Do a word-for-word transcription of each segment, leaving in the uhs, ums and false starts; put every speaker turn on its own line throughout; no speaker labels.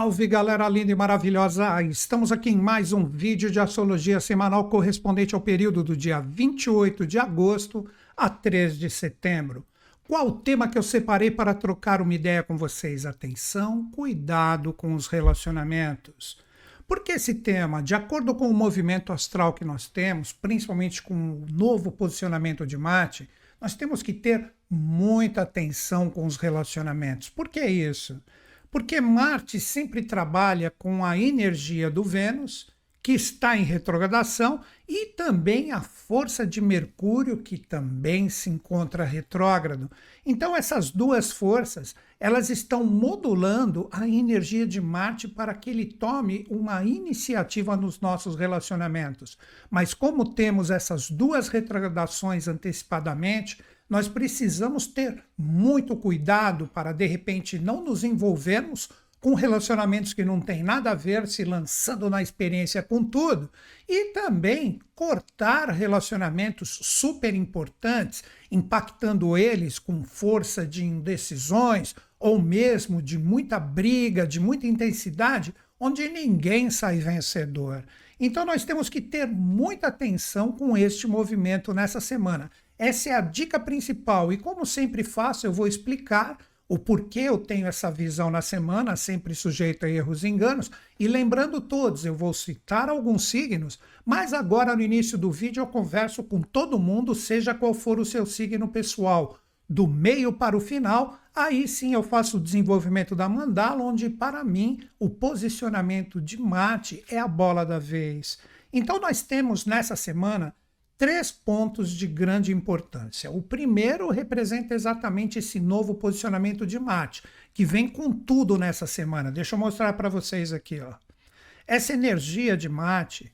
salve, galera linda e maravilhosa! Estamos aqui em mais um vídeo de astrologia semanal correspondente ao período do dia vinte e oito de agosto a três de setembro. Qual o tema que eu separei para trocar uma ideia com vocês? Atenção, cuidado com os relacionamentos. Por que esse tema? De acordo com o movimento astral que nós temos, principalmente com o novo posicionamento de Marte, nós temos que ter muita atenção com os relacionamentos. Por que isso? Porque Marte sempre trabalha com a energia do Vênus, que está em retrogradação, e também a força de Mercúrio, que também se encontra retrógrado. Então essas duas forças, elas estão modulando a energia de Marte para que ele tome uma iniciativa nos nossos relacionamentos. Mas como temos essas duas retrogradações antecipadamente, nós precisamos ter muito cuidado para, de repente, não nos envolvermos com relacionamentos que não têm nada a ver, se lançando na experiência com tudo, e também cortar relacionamentos super importantes, impactando eles com força de indecisões, ou mesmo de muita briga, de muita intensidade, onde ninguém sai vencedor. Então nós temos que ter muita atenção com este movimento nessa semana. Essa é a dica principal e, como sempre faço, eu vou explicar o porquê eu tenho essa visão na semana, sempre sujeito a erros e enganos, e lembrando todos, eu vou citar alguns signos, mas agora no início do vídeo eu converso com todo mundo, seja qual for o seu signo pessoal. Do meio para o final, aí sim eu faço o desenvolvimento da mandala, onde para mim o posicionamento de Marte é a bola da vez. Então nós temos nessa semana três pontos de grande importância. O primeiro representa exatamente esse novo posicionamento de Marte, que vem com tudo nessa semana. Deixa eu mostrar para vocês aqui, ó. Essa energia de Marte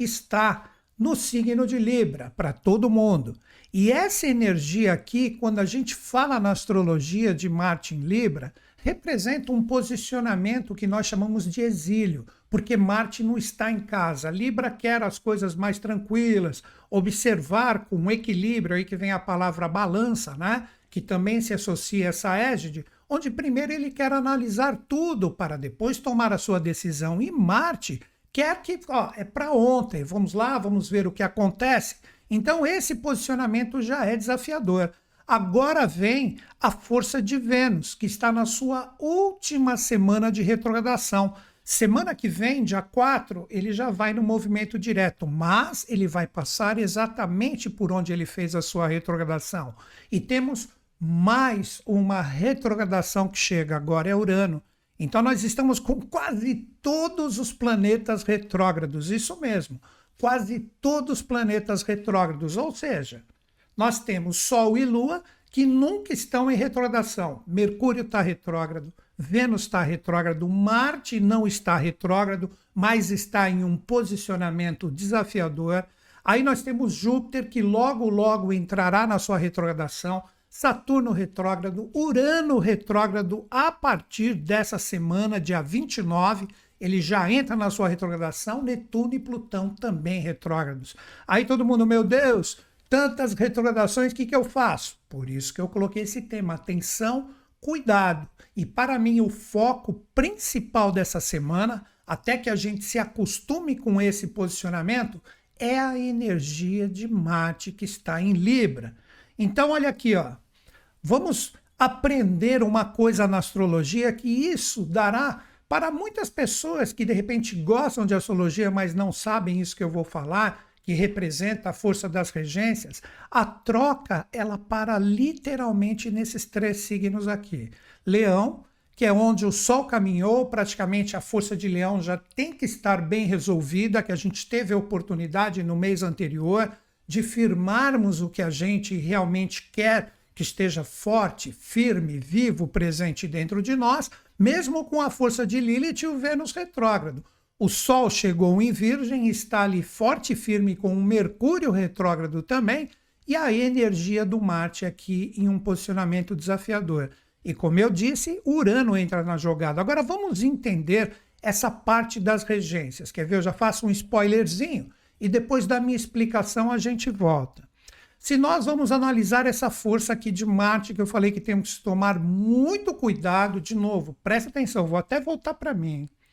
está no signo de Libra, para todo mundo. E essa energia aqui, quando a gente fala na astrologia de Marte em Libra, representa um posicionamento que nós chamamos de exílio, porque Marte não está em casa. Libra quer as coisas mais tranquilas, observar com equilíbrio, aí que vem a palavra balança, né? Que também se associa a essa égide, onde primeiro ele quer analisar tudo para depois tomar a sua decisão. E Marte quer que, ó, é para ontem, vamos lá, vamos ver o que acontece. Então esse posicionamento já é desafiador. Agora vem a força de Vênus, que está na sua última semana de retrogradação. Semana que vem, dia quatro, ele já vai no movimento direto, mas ele vai passar exatamente por onde ele fez a sua retrogradação. E temos mais uma retrogradação que chega agora, é Urano. Então nós estamos com quase todos os planetas retrógrados, isso mesmo, quase todos os planetas retrógrados, ou seja, nós temos Sol e Lua que nunca estão em retrogradação. Mercúrio está retrógrado, Vênus está retrógrado, Marte não está retrógrado, mas está em um posicionamento desafiador. Aí nós temos Júpiter, que logo, logo entrará na sua retrogradação, Saturno retrógrado, Urano retrógrado a partir dessa semana, dia vinte e nove, ele já entra na sua retrogradação, Netuno e Plutão também retrógrados. Aí todo mundo, meu Deus, tantas retrogradações, o que, que eu faço? Por isso que eu coloquei esse tema, atenção, cuidado. E para mim o foco principal dessa semana, até que a gente se acostume com esse posicionamento, é a energia de Marte que está em Libra. Então olha aqui, ó, vamos aprender uma coisa na astrologia que isso dará para muitas pessoas que de repente gostam de astrologia, mas não sabem isso que eu vou falar, que representa a força das regências. A troca, ela para literalmente nesses três signos aqui. Leão, que é onde o Sol caminhou, praticamente a força de Leão já tem que estar bem resolvida, que a gente teve a oportunidade no mês anterior de firmarmos o que a gente realmente quer, que esteja forte, firme, vivo, presente dentro de nós, mesmo com a força de Lilith e o Vênus retrógrado. O Sol chegou em Virgem, está ali forte e firme com o Mercúrio retrógrado também, e a energia do Marte aqui em um posicionamento desafiador. E como eu disse, Urano entra na jogada. Agora vamos entender essa parte das regências. Quer ver? Eu já faço um spoilerzinho e depois da minha explicação a gente volta. Se nós vamos analisar essa força aqui de Marte, que eu falei que temos que tomar muito cuidado, de novo, presta atenção, vou até voltar para mim, hein?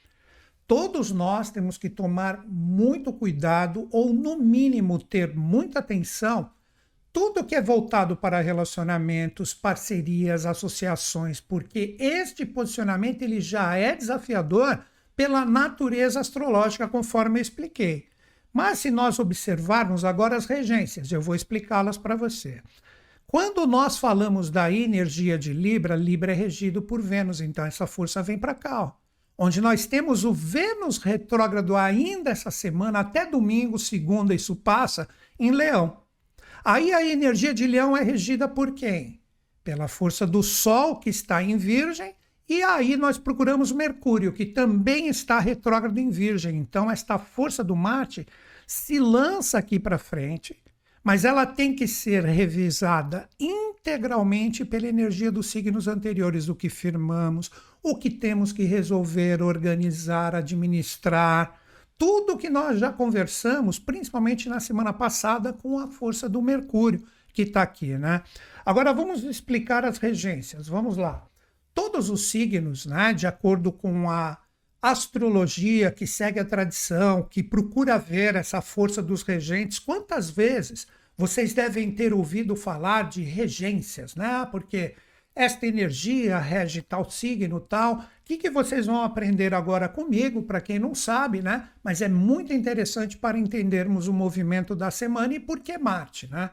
todos nós temos que tomar muito cuidado ou, no mínimo, ter muita atenção tudo que é voltado para relacionamentos, parcerias, associações, porque este posicionamento ele já é desafiador pela natureza astrológica, conforme eu expliquei. Mas se nós observarmos agora as regências, eu vou explicá-las para você. Quando nós falamos da energia de Libra, Libra é regido por Vênus, então essa força vem para cá, ó, onde nós temos o Vênus retrógrado ainda essa semana, até domingo, segunda, isso passa, em Leão. Aí a energia de Leão é regida por quem? Pela força do Sol, que está em Virgem, e aí nós procuramos Mercúrio, que também está retrógrado em Virgem. Então esta força do Marte se lança aqui para frente, mas ela tem que ser revisada integralmente pela energia dos signos anteriores, o que firmamos, o que temos que resolver, organizar, administrar, tudo que nós já conversamos, principalmente na semana passada, com a força do Mercúrio, que está aqui, né? Agora vamos explicar as regências, vamos lá. Todos os signos, né, de acordo com a astrologia que segue a tradição, que procura ver essa força dos regentes, quantas vezes vocês devem ter ouvido falar de regências, né? Porque esta energia rege tal signo, tal. O que, que vocês vão aprender agora comigo, para quem não sabe, né? Mas é muito interessante para entendermos o movimento da semana e por que Marte, né?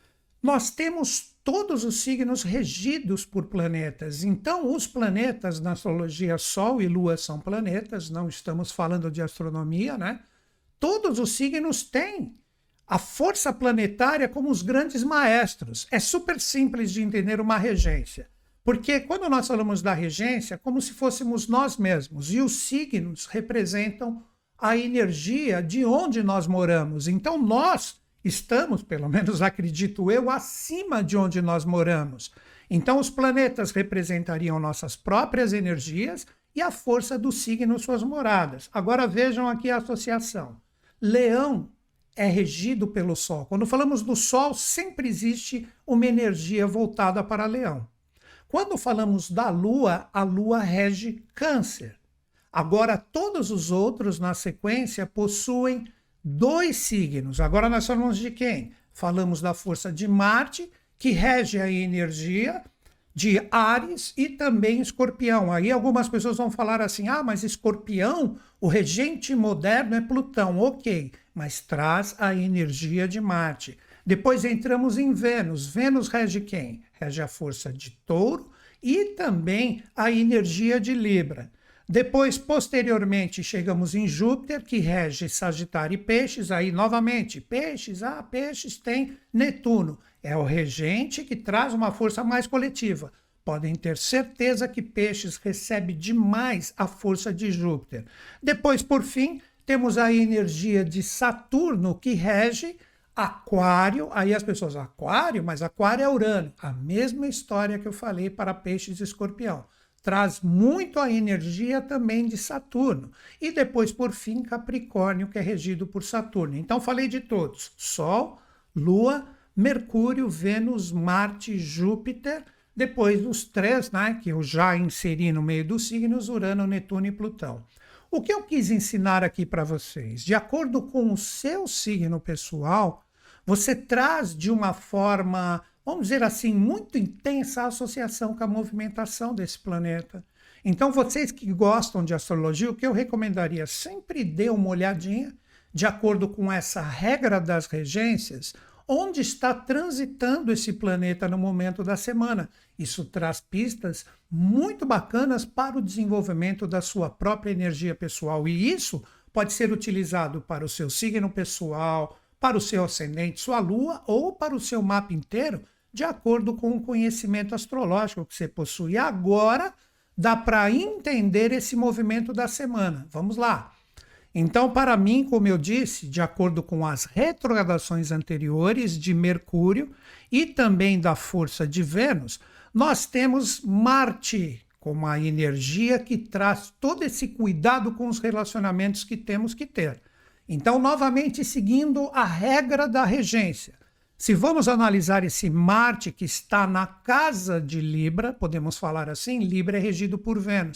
Nós temos todos os signos regidos por planetas. Então, os planetas na astrologia, Sol e Lua são planetas, não estamos falando de astronomia, né? Todos os signos têm a força planetária como os grandes maestros. É super simples de entender uma regência. Porque quando nós falamos da regência, é como se fôssemos nós mesmos. E os signos representam a energia de onde nós moramos. Então nós estamos, pelo menos acredito eu, acima de onde nós moramos. Então os planetas representariam nossas próprias energias e a força do signo suas moradas. Agora vejam aqui a associação. Leão é regido pelo Sol. Quando falamos do Sol, sempre existe uma energia voltada para Leão. Quando falamos da Lua, a Lua rege Câncer. Agora, todos os outros, na sequência, possuem dois signos. Agora nós falamos de quem? Falamos da força de Marte, que rege a energia de Áries e também Escorpião. Aí algumas pessoas vão falar assim, ah, mas Escorpião, o regente moderno é Plutão. Ok, mas traz a energia de Marte. Depois entramos em Vênus. Vênus rege quem? Rege a força de Touro e também a energia de Libra. Depois, posteriormente, chegamos em Júpiter, que rege Sagitário e Peixes. Aí, novamente, Peixes, ah, Peixes tem Netuno. É o regente que traz uma força mais coletiva. Podem ter certeza que Peixes recebe demais a força de Júpiter. Depois, por fim, temos a energia de Saturno, que rege Aquário. Aí as pessoas, Aquário? Mas Aquário é Urano. A mesma história que eu falei para Peixes e Escorpião. Traz muito a energia também de Saturno. E depois, por fim, Capricórnio, que é regido por Saturno. Então, falei de todos. Sol, Lua, Mercúrio, Vênus, Marte, Júpiter. Depois, os três, né, que eu já inseri no meio dos signos, Urano, Netuno e Plutão. O que eu quis ensinar aqui para vocês? De acordo com o seu signo pessoal, você traz de uma forma, vamos dizer assim, muito intensa a associação com a movimentação desse planeta. Então, vocês que gostam de astrologia, o que eu recomendaria? Sempre dê uma olhadinha, de acordo com essa regra das regências, onde está transitando esse planeta no momento da semana. Isso traz pistas muito bacanas para o desenvolvimento da sua própria energia pessoal. E isso pode ser utilizado para o seu signo pessoal, para o seu ascendente, sua lua, ou para o seu mapa inteiro, de acordo com o conhecimento astrológico que você possui. Agora, dá para entender esse movimento da semana. Vamos lá. Então, para mim, como eu disse, de acordo com as retrogradações anteriores de Mercúrio e também da força de Vênus, nós temos Marte como a energia que traz todo esse cuidado com os relacionamentos que temos que ter. Então, novamente, seguindo a regra da regência, se vamos analisar esse Marte que está na casa de Libra, podemos falar assim, Libra é regido por Vênus.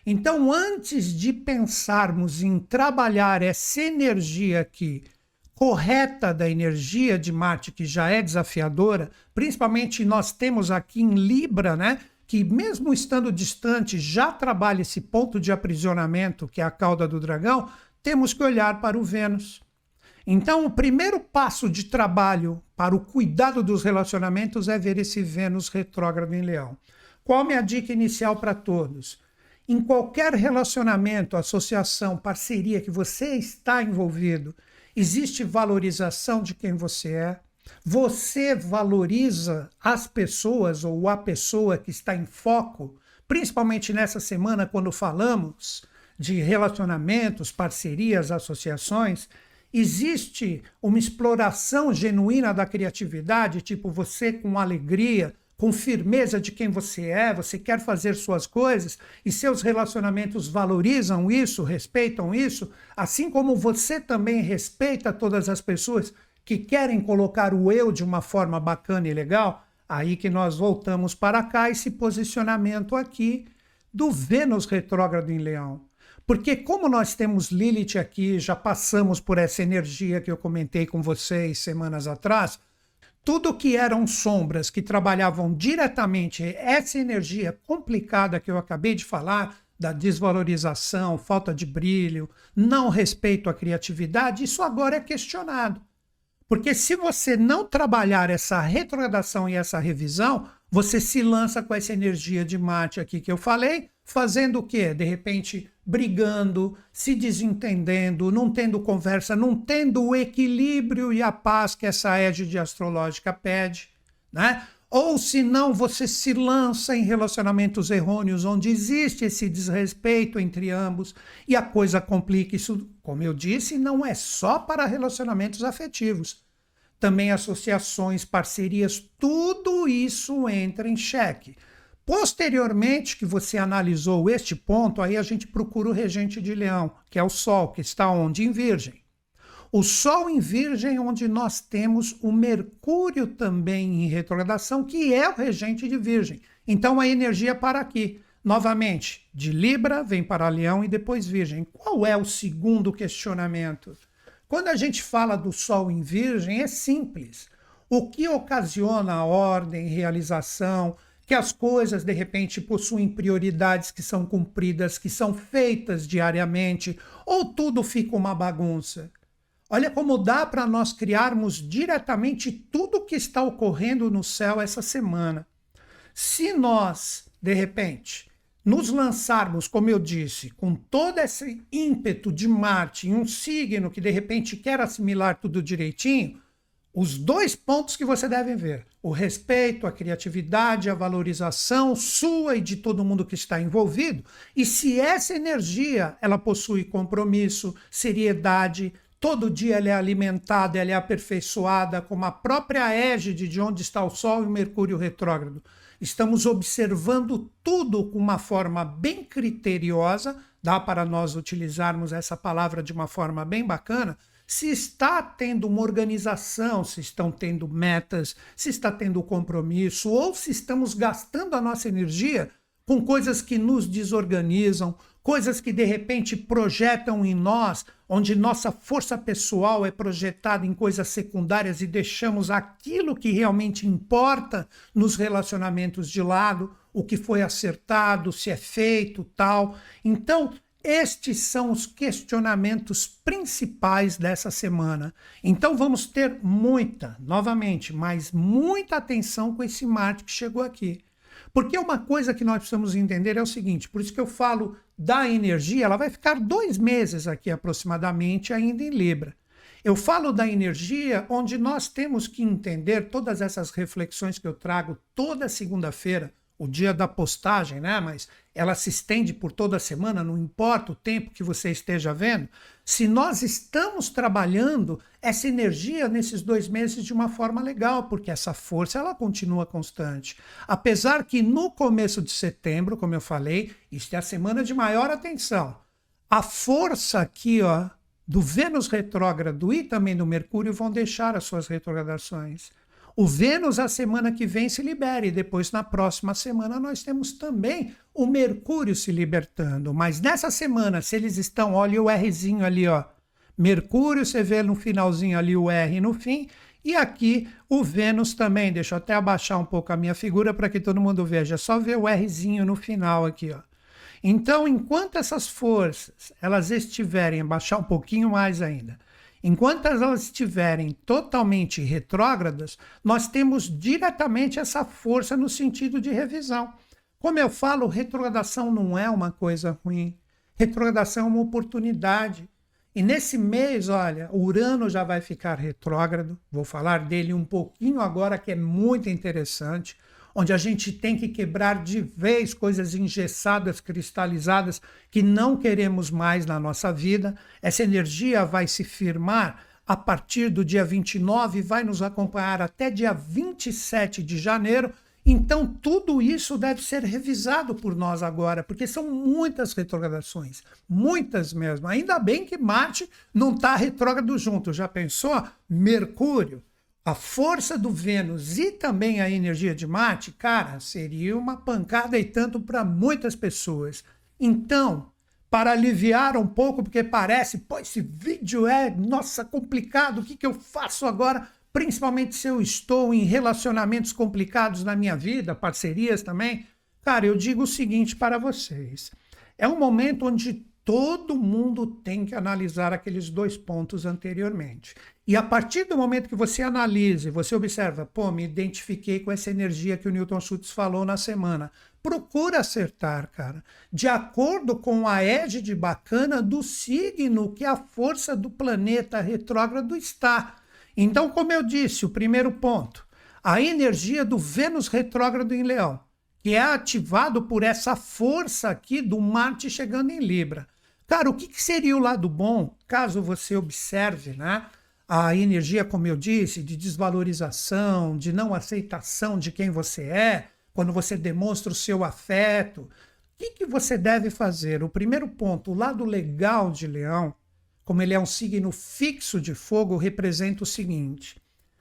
Então, antes de pensarmos em trabalhar essa energia aqui, correta da energia de Marte, que já é desafiadora, principalmente nós temos aqui em Libra, né, que mesmo estando distante, já trabalha esse ponto de aprisionamento, que é a cauda do dragão, temos que olhar para o Vênus. Então, o primeiro passo de trabalho para o cuidado dos relacionamentos é ver esse Vênus retrógrado em Leão. Qual a minha dica inicial para todos? Em qualquer relacionamento, associação, parceria que você está envolvido, existe valorização de quem você é. Você valoriza as pessoas ou a pessoa que está em foco, principalmente nessa semana, quando falamos de relacionamentos, parcerias, associações. Existe uma exploração genuína da criatividade, tipo você com alegria, com firmeza de quem você é, você quer fazer suas coisas e seus relacionamentos valorizam isso, respeitam isso, assim como você também respeita todas as pessoas que querem colocar o eu de uma forma bacana e legal. Aí que nós voltamos para cá, esse posicionamento aqui do Vênus retrógrado em Leão. Porque como nós temos Lilith aqui, já passamos por essa energia que eu comentei com vocês semanas atrás, tudo que eram sombras que trabalhavam diretamente essa energia complicada que eu acabei de falar, da desvalorização, falta de brilho, não respeito à criatividade, isso agora é questionado. Porque se você não trabalhar essa retrogradação e essa revisão, você se lança com essa energia de Marte aqui que eu falei, fazendo o quê? De repente, brigando, se desentendendo, não tendo conversa, não tendo o equilíbrio e a paz que essa égide astrológica pede, né? Ou se não, você se lança em relacionamentos errôneos, onde existe esse desrespeito entre ambos e a coisa complica. Isso, como eu disse, não é só para relacionamentos afetivos. Também associações, parcerias, tudo isso entra em xeque. Posteriormente que você analisou este ponto, aí a gente procura o regente de Leão, que é o Sol, que está onde? Em Virgem. O Sol em Virgem, onde nós temos o Mercúrio também em retrogradação, que é o regente de Virgem. Então a energia para aqui. Novamente, de Libra vem para Leão e depois Virgem. Qual é o segundo questionamento? Quando a gente fala do Sol em Virgem, é simples. O que ocasiona a ordem, realização, que as coisas, de repente, possuem prioridades que são cumpridas, que são feitas diariamente, ou tudo fica uma bagunça? Olha como dá para nós criarmos diretamente tudo o que está ocorrendo no céu essa semana. Se nós, de repente, nos lançarmos, como eu disse, com todo esse ímpeto de Marte em um signo que, de repente, quer assimilar tudo direitinho, os dois pontos que você deve ver: o respeito, a criatividade, a valorização sua e de todo mundo que está envolvido. E se essa energia ela possui compromisso, seriedade, todo dia ela é alimentada, ela é aperfeiçoada, como a própria égide de onde está o Sol e o Mercúrio retrógrado. Estamos observando tudo com uma forma bem criteriosa, dá para nós utilizarmos essa palavra de uma forma bem bacana. Se está tendo uma organização, se estão tendo metas, se está tendo compromisso, ou se estamos gastando a nossa energia com coisas que nos desorganizam, coisas que de repente projetam em nós, onde nossa força pessoal é projetada em coisas secundárias e deixamos aquilo que realmente importa nos relacionamentos de lado, o que foi acertado, se é feito, tal. Então, estes são os questionamentos principais dessa semana. Então vamos ter muita, novamente, mas muita atenção com esse Marte que chegou aqui. Porque uma coisa que nós precisamos entender é o seguinte, por isso que eu falo da energia, ela vai ficar dois meses aqui aproximadamente ainda em Libra. Eu falo da energia onde nós temos que entender todas essas reflexões que eu trago toda segunda-feira, o dia da postagem, né? Mas ela se estende por toda a semana, não importa o tempo que você esteja vendo. Se nós estamos trabalhando essa energia nesses dois meses de uma forma legal, porque essa força ela continua constante. Apesar que no começo de setembro, como eu falei, isto é a semana de maior atenção. A força aqui, ó, do Vênus retrógrado e também do Mercúrio vão deixar as suas retrogradações. O Vênus, a semana que vem, se libera, e depois, na próxima semana, nós temos também o Mercúrio se libertando. Mas nessa semana, se eles estão, olha o Rzinho ali, ó. Mercúrio, você vê no finalzinho ali o R no fim, e aqui o Vênus também. Deixa eu até abaixar um pouco a minha figura para que todo mundo veja. É só ver o Rzinho no final aqui, ó. Então, enquanto essas forças elas estiverem, baixar um pouquinho mais ainda, enquanto elas estiverem totalmente retrógradas, nós temos diretamente essa força no sentido de revisão. Como eu falo, retrogradação não é uma coisa ruim. Retrogradação é uma oportunidade. E nesse mês, olha, o Urano já vai ficar retrógrado. Vou falar dele um pouquinho agora, que é muito interessante, onde a gente tem que quebrar de vez coisas engessadas, cristalizadas, que não queremos mais na nossa vida. Essa energia vai se firmar a partir do dia vinte e nove e vai nos acompanhar até dia vinte e sete de janeiro. Então, tudo isso deve ser revisado por nós agora, porque são muitas retrogradações, muitas mesmo. Ainda bem que Marte não está retrógrado junto. Já pensou? Mercúrio, a força do Vênus e também a energia de Marte, cara, seria uma pancada e tanto para muitas pessoas. Então, para aliviar um pouco, porque parece, pô, esse vídeo é, nossa, complicado, o que, que eu faço agora? Principalmente se eu estou em relacionamentos complicados na minha vida, parcerias também. Cara, eu digo o seguinte para vocês. É um momento onde todo mundo tem que analisar aqueles dois pontos anteriormente. E a partir do momento que você analisa e você observa, pô, me identifiquei com essa energia que o Newton Schultz falou na semana. Procura acertar, cara, de acordo com a égide bacana do signo que a força do planeta retrógrado está. Então, como eu disse, o primeiro ponto, a energia do Vênus retrógrado em Leão, que é ativado por essa força aqui do Marte chegando em Libra. Cara, o que, que seria o lado bom, caso você observe, né? A energia, como eu disse, de desvalorização, de não aceitação de quem você é, quando você demonstra o seu afeto. O que, que você deve fazer? O primeiro ponto, o lado legal de Leão, como ele é um signo fixo de fogo, representa o seguinte: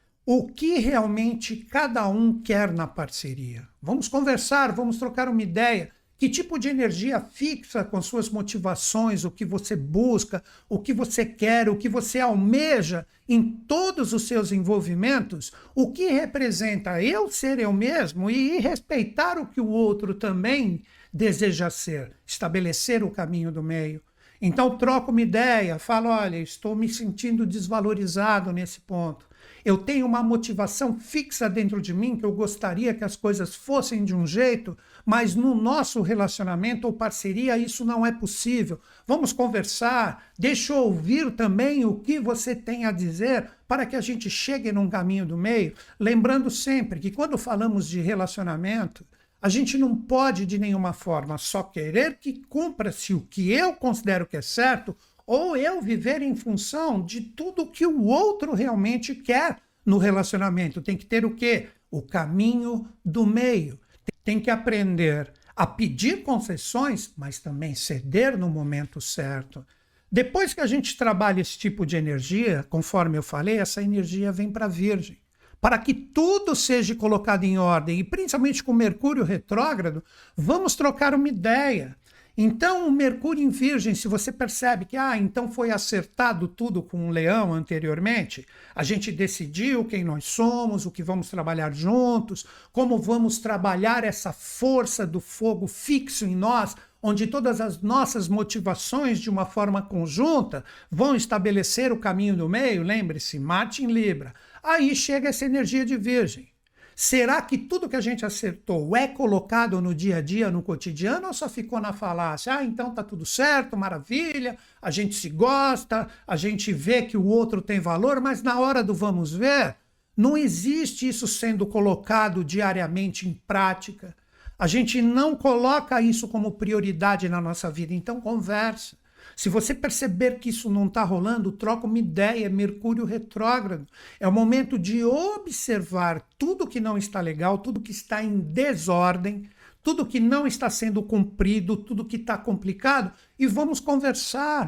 o que realmente cada um quer na parceria? Vamos conversar, vamos trocar uma ideia. Que tipo de energia fixa com suas motivações, o que você busca, o que você quer, o que você almeja em todos os seus envolvimentos? O que representa eu ser eu mesmo e respeitar o que o outro também deseja ser, estabelecer o caminho do meio. Então troco uma ideia, falo, olha, estou me sentindo desvalorizado nesse ponto. Eu tenho uma motivação fixa dentro de mim que eu gostaria que as coisas fossem de um jeito, mas no nosso relacionamento ou parceria isso não é possível. Vamos conversar, deixa eu ouvir também o que você tem a dizer para que a gente chegue num caminho do meio. Lembrando sempre que quando falamos de relacionamento, a gente não pode de nenhuma forma só querer que cumpra-se o que eu considero que é certo, ou eu viver em função de tudo que o outro realmente quer no relacionamento. Tem que ter o quê? O caminho do meio. Tem que aprender a pedir concessões, mas também ceder no momento certo. Depois que a gente trabalha esse tipo de energia, conforme eu falei, essa energia vem para a Virgem. Para que tudo seja colocado em ordem, e principalmente com Mercúrio retrógrado, vamos trocar uma ideia. Então, o Mercúrio em Virgem, se você percebe que, ah, então foi acertado tudo com o Leão anteriormente, a gente decidiu quem nós somos, o que vamos trabalhar juntos, como vamos trabalhar essa força do fogo fixo em nós, onde todas as nossas motivações, de uma forma conjunta, vão estabelecer o caminho do meio. Lembre-se, Marte em Libra. Aí chega essa energia de Virgem. Será que tudo que a gente acertou é colocado no dia a dia, no cotidiano, ou só ficou na falácia? Ah, então tá tudo certo, maravilha, a gente se gosta, a gente vê que o outro tem valor, mas na hora do vamos ver, não existe isso sendo colocado diariamente em prática. A gente não coloca isso como prioridade na nossa vida, então conversa. Se você perceber que isso não está rolando, troca uma ideia, Mercúrio retrógrado. É o momento de observar tudo que não está legal, tudo que está em desordem, tudo que não está sendo cumprido, tudo que está complicado, e vamos conversar.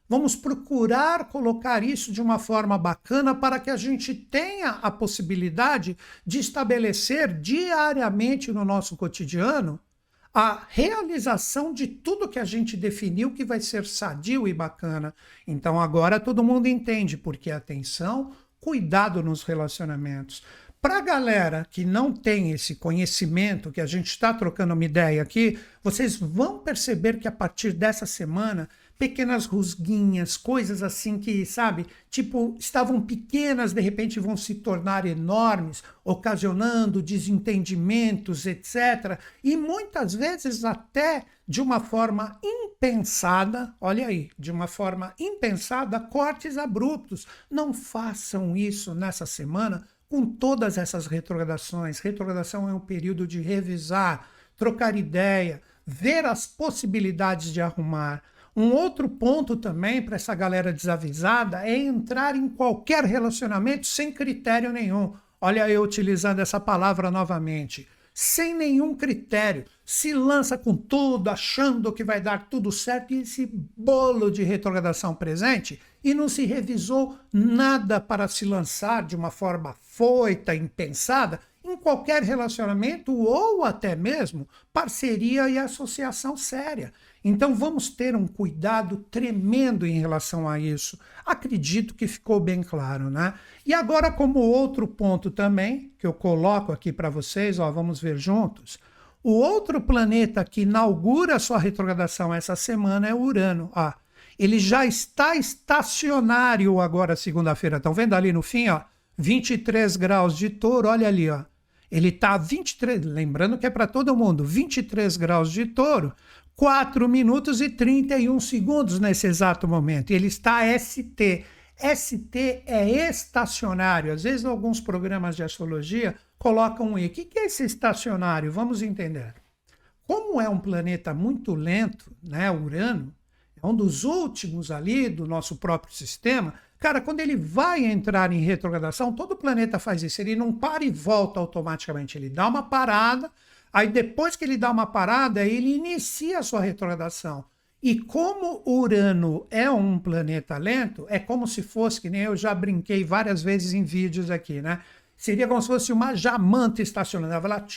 Vamos procurar colocar isso de uma forma bacana para que a gente tenha a possibilidade de estabelecer diariamente no nosso cotidiano a realização de tudo que a gente definiu que vai ser sadio e bacana. Então agora todo mundo entende, porque atenção, cuidado nos relacionamentos. Para a galera que não tem esse conhecimento, que a gente está trocando uma ideia aqui, vocês vão perceber que a partir dessa semana, pequenas rusguinhas, coisas assim que, sabe, tipo, estavam pequenas, de repente vão se tornar enormes, ocasionando desentendimentos, etcétera. E muitas vezes até de uma forma impensada, olha aí, de uma forma impensada, cortes abruptos. Não façam isso nessa semana, com todas essas retrogradações. Retrogradação é um período de revisar, trocar ideia, ver as possibilidades de arrumar. Um outro ponto também para essa galera desavisada é entrar em qualquer relacionamento sem critério nenhum. Olha eu utilizando essa palavra novamente. Sem nenhum critério. Se lança com tudo, achando que vai dar tudo certo, e esse bolo de retrogradação presente, e não se revisou nada para se lançar de uma forma foita, impensada, em qualquer relacionamento ou até mesmo parceria e associação séria. Então vamos ter um cuidado tremendo em relação a isso. Acredito que ficou bem claro, né? E agora, como outro ponto também, que eu coloco aqui para vocês, ó, vamos ver juntos. O outro planeta que inaugura sua retrogradação essa semana é Urano. Ó, ele já está estacionário agora, segunda-feira. Estão vendo ali no fim, ó? vinte e três graus de Touro, olha ali, ó. Ele está a vinte e três, lembrando que é para todo mundo, vinte e três graus de Touro, quatro minutos e trinta e um segundos nesse exato momento. Ele está S T. S T é estacionário. Às vezes, alguns programas de astrologia colocam um E. O que é esse estacionário? Vamos entender. Como é um planeta muito lento, né, Urano, é um dos últimos ali do nosso próprio sistema. Cara, quando ele vai entrar em retrogradação, todo planeta faz isso. Ele não para e volta automaticamente. Ele dá uma parada, aí depois que ele dá uma parada, ele inicia a sua retrogradação. E como Urano é um planeta lento, é como se fosse, que nem eu já brinquei várias vezes em vídeos aqui, né? Seria como se fosse uma jamanta estacionando. Ela vai lá,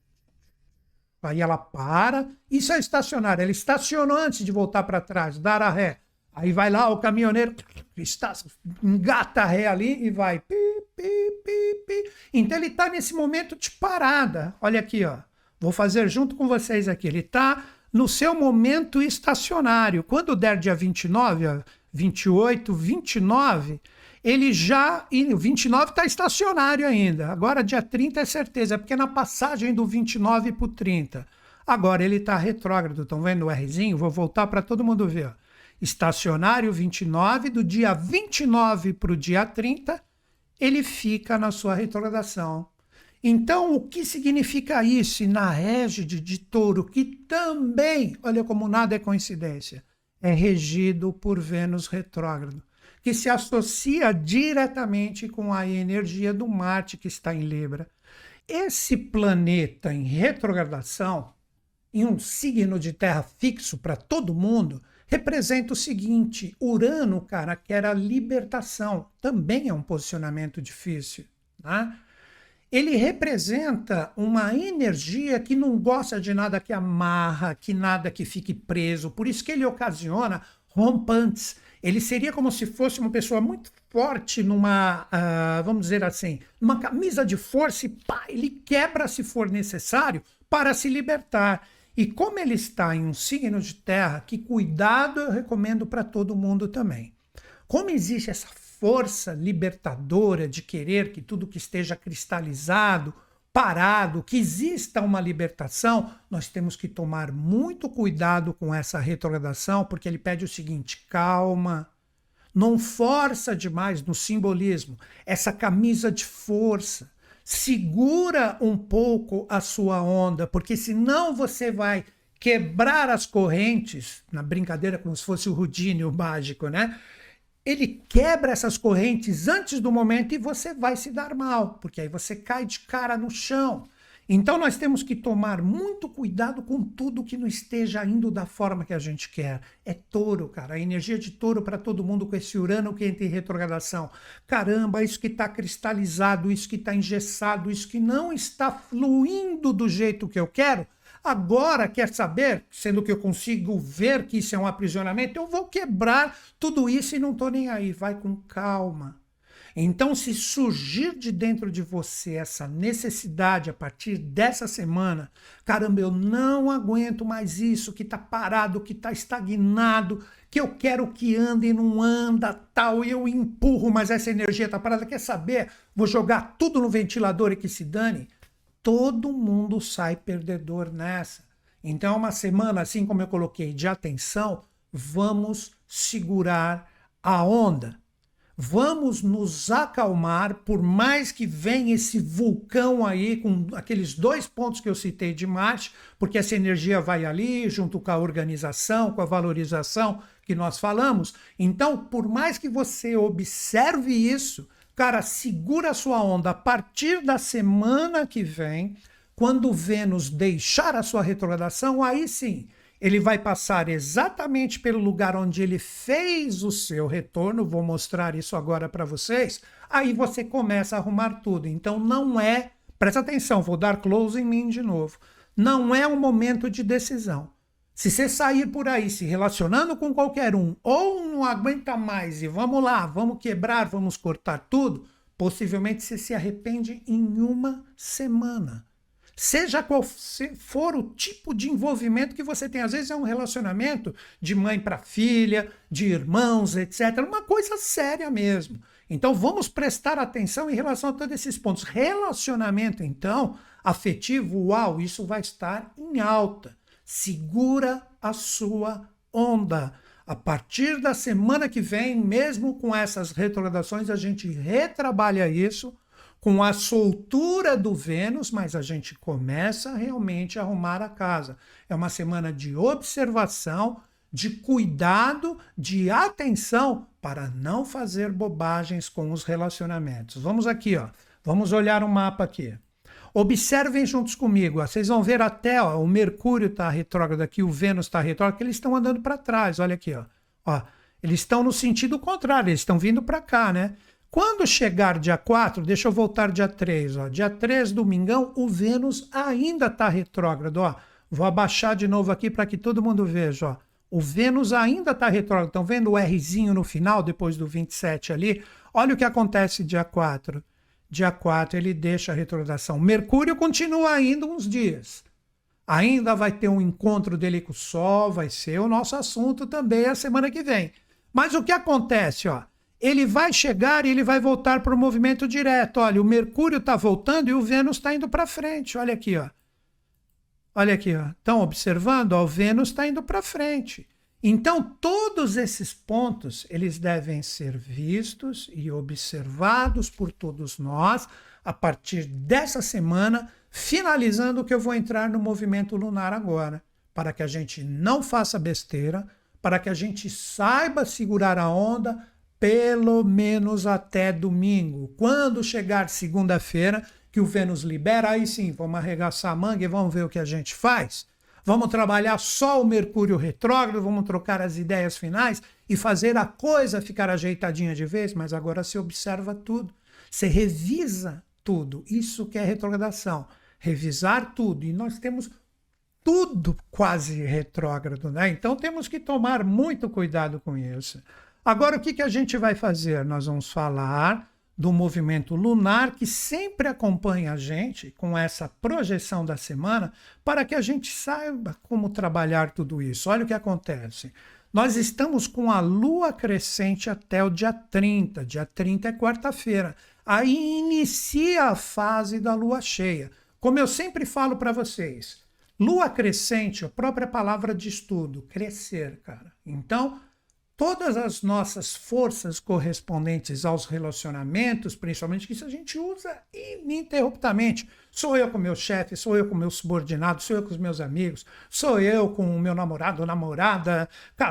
aí ela para. Isso é estacionário. Ela estacionou antes de voltar para trás, dar a ré. Aí vai lá o caminhoneiro, está, engata a ré ali e vai. Pi, pi, pi, pi. Então ele está nesse momento de parada. Olha aqui, ó. Vou fazer junto com vocês aqui. Ele está no seu momento estacionário. Quando der dia vinte e nove, vinte e oito, vinte e nove, ele já... O vinte e nove está estacionário ainda. Agora dia trinta é certeza, porque é na passagem do vinte e nove para o trinta. Agora ele está retrógrado. Estão vendo o Rzinho? Vou voltar para todo mundo ver, ó. Estacionário vinte e nove, do dia vinte e nove para o dia trinta, ele fica na sua retrogradação. Então, o que significa isso? E na régide de Touro, que também, olha como nada é coincidência, é regido por Vênus retrógrado, que se associa diretamente com a energia do Marte que está em Libra. Esse planeta em retrogradação, em um signo de terra fixo para todo mundo, representa o seguinte: Urano, cara, quer a libertação. Também é um posicionamento difícil, né? Ele representa uma energia que não gosta de nada que amarra, que nada que fique preso. Por isso que ele ocasiona rompantes. Ele seria como se fosse uma pessoa muito forte numa, uh, vamos dizer assim, numa camisa de força e pá, ele quebra se for necessário para se libertar. E como ele está em um signo de terra, que cuidado eu recomendo para todo mundo também. Como existe essa força libertadora de querer que tudo que esteja cristalizado, parado, que exista uma libertação, nós temos que tomar muito cuidado com essa retrogradação, porque ele pede o seguinte: calma, não força demais no simbolismo, essa camisa de força. Segura um pouco a sua onda, porque senão você vai quebrar as correntes, na brincadeira como se fosse o Houdini, o mágico, né? Ele quebra essas correntes antes do momento e você vai se dar mal, porque aí você cai de cara no chão. Então nós temos que tomar muito cuidado com tudo que não esteja indo da forma que a gente quer. É touro, cara. A energia de touro para todo mundo com esse Urano que entra em retrogradação. Caramba, isso que está cristalizado, isso que está engessado, isso que não está fluindo do jeito que eu quero. Agora, quer saber, sendo que eu consigo ver que isso é um aprisionamento, eu vou quebrar tudo isso e não estou nem aí. Vai com calma. Então, se surgir de dentro de você essa necessidade a partir dessa semana, caramba, eu não aguento mais isso, que está parado, que está estagnado, que eu quero que ande e não anda, tal, e eu empurro, mas essa energia está parada, quer saber? Vou jogar tudo no ventilador e que se dane. Todo mundo sai perdedor nessa. Então, é uma semana, assim como eu coloquei, de atenção, vamos segurar a onda. Vamos nos acalmar, por mais que venha esse vulcão aí, com aqueles dois pontos que eu citei de Marte, porque essa energia vai ali, junto com a organização, com a valorização que nós falamos. Então, por mais que você observe isso, cara, segura a sua onda a partir da semana que vem, quando Vênus deixar a sua retrogradação, aí sim, ele vai passar exatamente pelo lugar onde ele fez o seu retorno. Vou mostrar isso agora para vocês. Aí você começa a arrumar tudo. Então não é, presta atenção, vou dar close em mim de novo. Não é um momento de decisão. Se você sair por aí se relacionando com qualquer um, ou não aguenta mais e vamos lá, vamos quebrar, vamos cortar tudo, possivelmente você se arrepende em uma semana. Seja qual for o tipo de envolvimento que você tem. Às vezes é um relacionamento de mãe para filha, de irmãos, etcétera. Uma coisa séria mesmo. Então vamos prestar atenção em relação a todos esses pontos. Relacionamento, então, afetivo, uau, isso vai estar em alta. Segura a sua onda. A partir da semana que vem, mesmo com essas retrogradações, a gente retrabalha isso com a soltura do Vênus, mas a gente começa realmente a arrumar a casa. É uma semana de observação, de cuidado, de atenção para não fazer bobagens com os relacionamentos. Vamos aqui, ó. Vamos olhar o mapa aqui. Observem juntos comigo. Ó. Vocês vão ver até, ó, o Mercúrio está retrógrado aqui, o Vênus está retrógrado, que eles estão andando para trás. Olha aqui, ó. Ó. Eles estão no sentido contrário, eles estão vindo para cá, né? Quando chegar dia quatro, deixa eu voltar dia três, ó. Dia três, domingão, o Vênus ainda está retrógrado, ó. Vou abaixar de novo aqui para que todo mundo veja, ó. O Vênus ainda está retrógrado. Estão vendo o Rzinho no final, depois do vinte e sete ali? Olha o que acontece dia quatro. Dia quatro ele deixa a retrogradação. Mercúrio continua ainda uns dias. Ainda vai ter um encontro dele com o Sol, vai ser o nosso assunto também a semana que vem. Mas o que acontece, ó? Ele vai chegar e ele vai voltar para o movimento direto. Olha, o Mercúrio está voltando e o Vênus está indo para frente. Olha aqui, ó. Olha aqui, ó. Estão observando? Ó, o Vênus está indo para frente. Então, todos esses pontos, eles devem ser vistos e observados por todos nós a partir dessa semana, finalizando que eu vou entrar no movimento lunar agora, para que a gente não faça besteira, para que a gente saiba segurar a onda, pelo menos até domingo. Quando chegar segunda-feira, que o Vênus libera, aí sim, vamos arregaçar a manga e vamos ver o que a gente faz. Vamos trabalhar só o Mercúrio retrógrado, vamos trocar as ideias finais e fazer a coisa ficar ajeitadinha de vez, mas agora você observa tudo. Você revisa tudo. Isso que é retrogradação. Revisar tudo. E nós temos tudo quase retrógrado, né? Então temos que tomar muito cuidado com isso. Agora, o que, que a gente vai fazer? Nós vamos falar do movimento lunar que sempre acompanha a gente com essa projeção da semana para que a gente saiba como trabalhar tudo isso. Olha o que acontece. Nós estamos com a lua crescente até o dia trinta. Dia trinta é quarta-feira. Aí inicia a fase da lua cheia. Como eu sempre falo para vocês, lua crescente, a própria palavra de estudo, crescer, cara. Então, todas as nossas forças correspondentes aos relacionamentos, principalmente, que isso a gente usa ininterruptamente. Sou eu com meu chefe, sou eu com meu subordinado, sou eu com os meus amigos, sou eu com o meu namorado, namorada,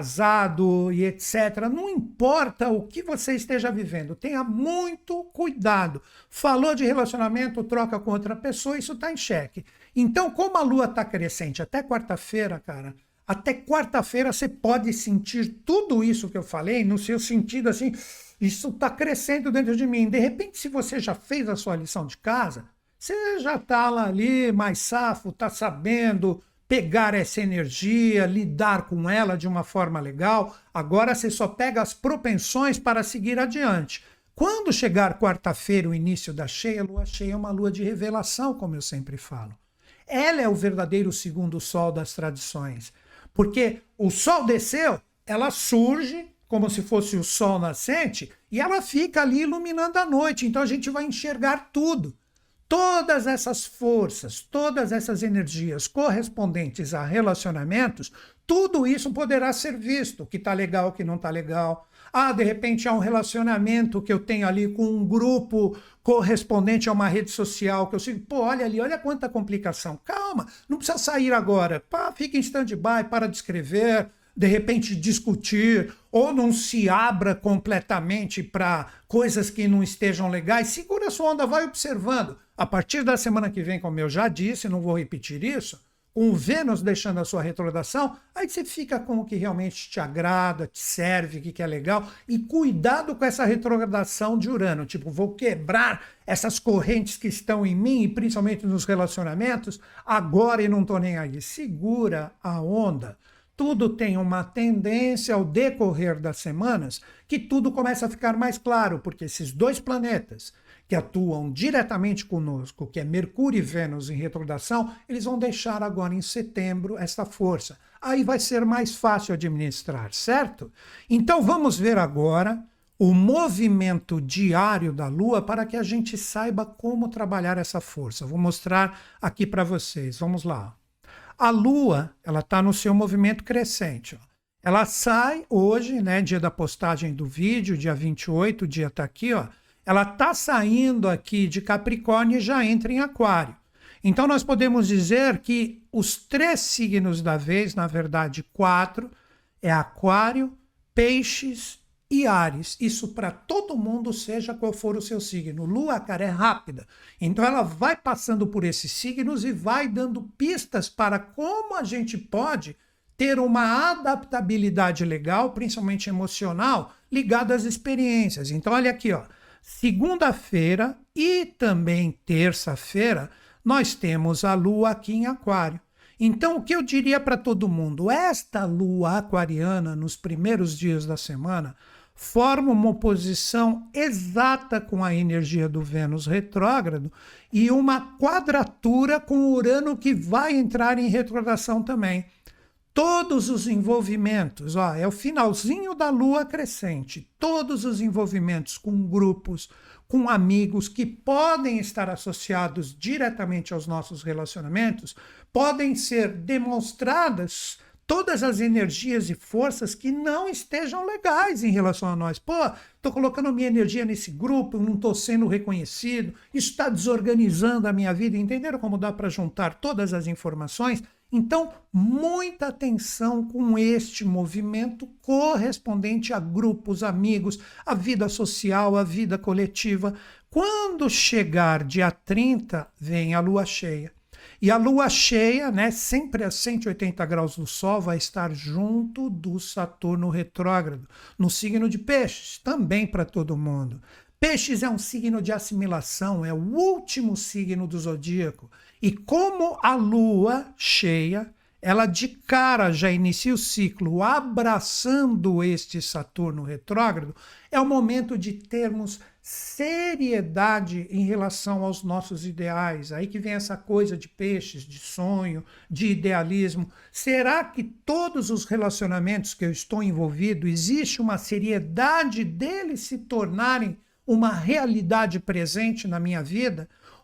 casado e etcétera. Não importa o que você esteja vivendo, tenha muito cuidado. Falou de relacionamento, troca com outra pessoa, isso está em xeque. Então, como a lua está crescente até quarta-feira, cara, até quarta-feira você pode sentir tudo isso que eu falei, no seu sentido assim, isso está crescendo dentro de mim. De repente, se você já fez a sua lição de casa, você já está lá ali mais safo, está sabendo pegar essa energia, lidar com ela de uma forma legal. Agora você só pega as propensões para seguir adiante. Quando chegar quarta-feira, o início da cheia, a lua cheia é uma lua de revelação, como eu sempre falo. Ela é o verdadeiro segundo sol das tradições. Porque o sol desceu, ela surge como se fosse o sol nascente e ela fica ali iluminando a noite. Então a gente vai enxergar tudo. Todas essas forças, todas essas energias correspondentes a relacionamentos, tudo isso poderá ser visto. O que está legal, o que não está legal. Ah, de repente há um relacionamento que eu tenho ali com um grupo correspondente a uma rede social que eu sigo. Pô, olha ali, olha quanta complicação. Calma, não precisa sair agora. Pá, fica em stand-by, para de escrever, de repente discutir, ou não se abra completamente para coisas que não estejam legais. Segura a sua onda, vai observando. A partir da semana que vem, como eu já disse, não vou repetir isso, com o Vênus deixando a sua retrogradação, aí você fica com o que realmente te agrada, te serve, o que é legal, e cuidado com essa retrogradação de Urano, tipo, vou quebrar essas correntes que estão em mim, e principalmente nos relacionamentos, agora e não estou nem aí. Segura a onda. Tudo tem uma tendência ao decorrer das semanas que tudo começa a ficar mais claro, porque esses dois planetas que atuam diretamente conosco, que é Mercúrio e Vênus em retrogradação, eles vão deixar agora em setembro essa força. Aí vai ser mais fácil administrar, certo? Então vamos ver agora o movimento diário da Lua para que a gente saiba como trabalhar essa força. Vou mostrar aqui para vocês. Vamos lá. A Lua, ela está no seu movimento crescente. Ó. Ela sai hoje, né, dia da postagem do vídeo, dia vinte e oito, o dia está aqui, ó. Ela está saindo aqui de Capricórnio e já entra em Aquário. Então nós podemos dizer que os três signos da vez, na verdade quatro, é Aquário, Peixes e Áries. Isso para todo mundo, seja qual for o seu signo. Lua, cara, é rápida. Então ela vai passando por esses signos e vai dando pistas para como a gente pode ter uma adaptabilidade legal, principalmente emocional, ligada às experiências. Então olha aqui, ó. Segunda-feira e também terça-feira, nós temos a Lua aqui em Aquário. Então, o que eu diria para todo mundo? Esta Lua aquariana, nos primeiros dias da semana, forma uma oposição exata com a energia do Vênus retrógrado e uma quadratura com o Urano que vai entrar em retrogradação também. Todos os envolvimentos, ó, é o finalzinho da lua crescente, todos os envolvimentos com grupos, com amigos que podem estar associados diretamente aos nossos relacionamentos, podem ser demonstradas todas as energias e forças que não estejam legais em relação a nós. Pô, estou colocando minha energia nesse grupo, eu não estou sendo reconhecido, isso está desorganizando a minha vida. Entenderam como dá para juntar todas as informações? Então, muita atenção com este movimento correspondente a grupos, amigos, a vida social, a vida coletiva. Quando chegar dia trinta, vem a lua cheia. E a lua cheia, né, sempre a cento e oitenta graus do Sol, vai estar junto do Saturno retrógrado, no signo de Peixes, também para todo mundo. Peixes é um signo de assimilação, é o último signo do zodíaco. E como a lua cheia, ela de cara já inicia o ciclo abraçando este Saturno retrógrado, é o momento de termos seriedade em relação aos nossos ideais. Aí que vem essa coisa de peixes, de sonho, de idealismo. Será que todos os relacionamentos que eu estou envolvido, existe uma seriedade deles se tornarem uma realidade presente na minha vida?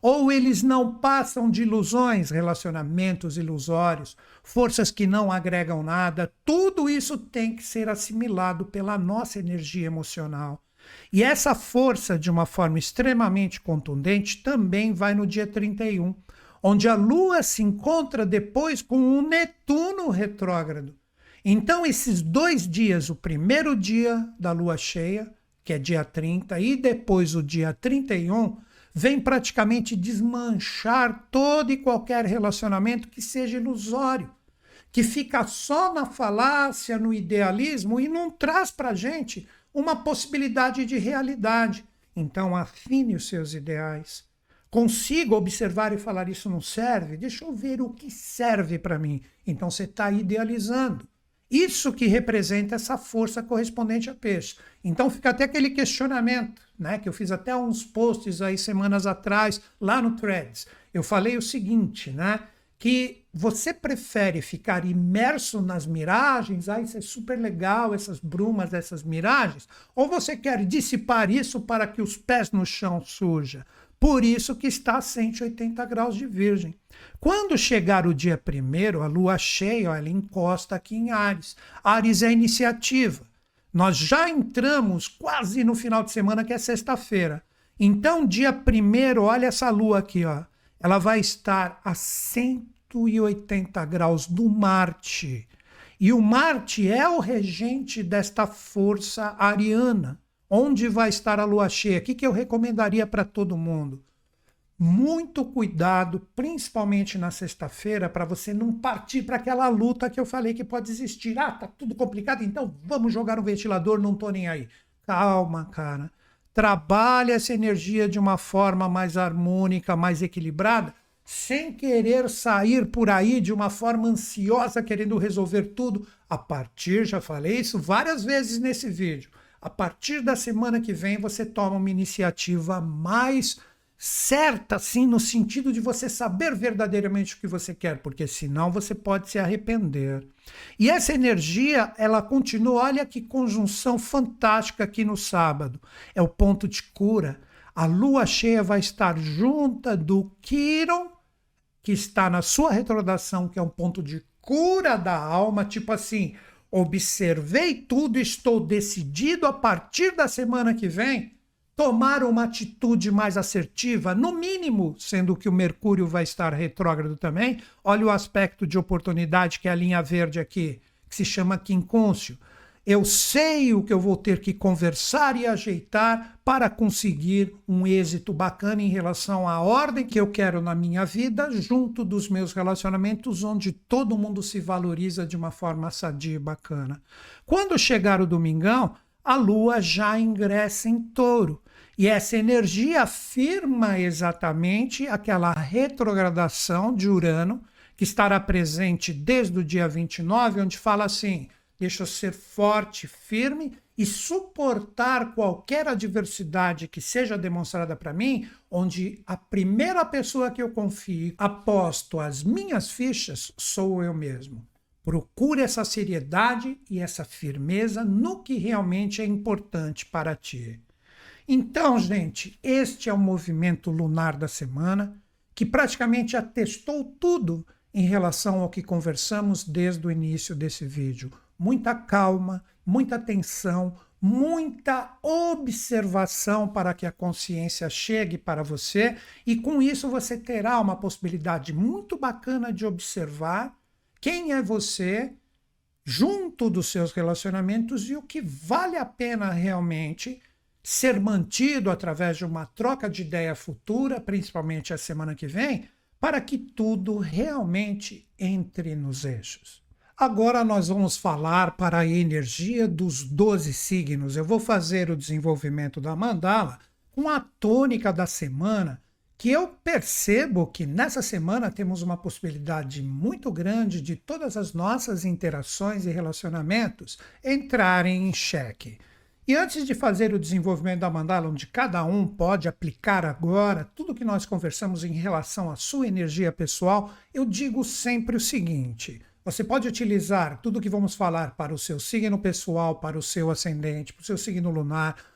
Ou eles não passam de ilusões, relacionamentos ilusórios, forças que não agregam nada. Tudo isso tem que ser assimilado pela nossa energia emocional. E essa força, de uma forma extremamente contundente, também vai no dia trinta e um, onde a Lua se encontra depois com um Netuno retrógrado. Então, esses dois dias, o primeiro dia da Lua cheia, que é dia trinta, e depois o dia trinta e um, vem praticamente desmanchar todo e qualquer relacionamento que seja ilusório, que fica só na falácia, no idealismo e não traz para a gente uma possibilidade de realidade. Então, afine os seus ideais. Consiga observar e falar, isso não serve? Deixa eu ver o que serve para mim. Então, você está idealizando. Isso que representa essa força correspondente a peixe. Então fica até aquele questionamento, né, que eu fiz até uns posts aí semanas atrás, lá no Threads. Eu falei o seguinte, né, que você prefere ficar imerso nas miragens, ah, isso é super legal, essas brumas, essas miragens, ou você quer dissipar isso para que os pés no chão surjam? Por isso que está a cento e oitenta graus de Virgem. Quando chegar o dia primeiro, a lua cheia, ela encosta aqui em Áries. Áries é iniciativa. Nós já entramos quase no final de semana, que é sexta-feira. Então, dia primeiro, olha essa lua aqui, ó. Ela vai estar a cento e oitenta graus do Marte. E o Marte é o regente desta força ariana. Onde vai estar a lua cheia? O que, que eu recomendaria para todo mundo? Muito cuidado, principalmente na sexta-feira, para você não partir para aquela luta que eu falei que pode existir. Ah, tá tudo complicado, então vamos jogar no ventilador, não tô nem aí. Calma, cara. Trabalhe essa energia de uma forma mais harmônica, mais equilibrada, sem querer sair por aí de uma forma ansiosa, querendo resolver tudo. A partir, já falei isso várias vezes nesse vídeo, a partir da semana que vem você toma uma iniciativa mais certa, sim, no sentido de você saber verdadeiramente o que você quer, porque senão você pode se arrepender. E essa energia, ela continua, olha que conjunção fantástica aqui no sábado, é o ponto de cura. A lua cheia vai estar junta do Quirón, que está na sua retrogradação, que é um ponto de cura da alma, tipo assim, observei tudo, estou decidido a partir da semana que vem tomar uma atitude mais assertiva, no mínimo, sendo que o Mercúrio vai estar retrógrado também. Olha o aspecto de oportunidade, que é a linha verde aqui, que se chama quincúncio. Eu sei o que eu vou ter que conversar e ajeitar para conseguir um êxito bacana em relação à ordem que eu quero na minha vida, junto dos meus relacionamentos, onde todo mundo se valoriza de uma forma sadia e bacana. Quando chegar o domingão, a lua já ingressa em Touro. E essa energia afirma exatamente aquela retrogradação de Urano, que estará presente desde o dia vinte e nove, onde fala assim: deixa eu ser forte, firme e suportar qualquer adversidade que seja demonstrada para mim, onde a primeira pessoa que eu confio, aposto as minhas fichas, sou eu mesmo. Procure essa seriedade e essa firmeza no que realmente é importante para ti. Então, gente, este é o movimento lunar da semana, que praticamente atestou tudo em relação ao que conversamos desde o início desse vídeo. Muita calma, muita atenção, muita observação para que a consciência chegue para você, e com isso você terá uma possibilidade muito bacana de observar quem é você junto dos seus relacionamentos e o que vale a pena realmente ser mantido através de uma troca de ideia futura, principalmente a semana que vem, para que tudo realmente entre nos eixos. Agora nós vamos falar para a energia dos doze signos. Eu vou fazer o desenvolvimento da mandala com a tônica da semana, que eu percebo que nessa semana temos uma possibilidade muito grande de todas as nossas interações e relacionamentos entrarem em xeque. E antes de fazer o desenvolvimento da mandala, onde cada um pode aplicar agora tudo que nós conversamos em relação à sua energia pessoal, eu digo sempre o seguinte: você pode utilizar tudo que vamos falar para o seu signo pessoal, para o seu ascendente, para o seu signo lunar,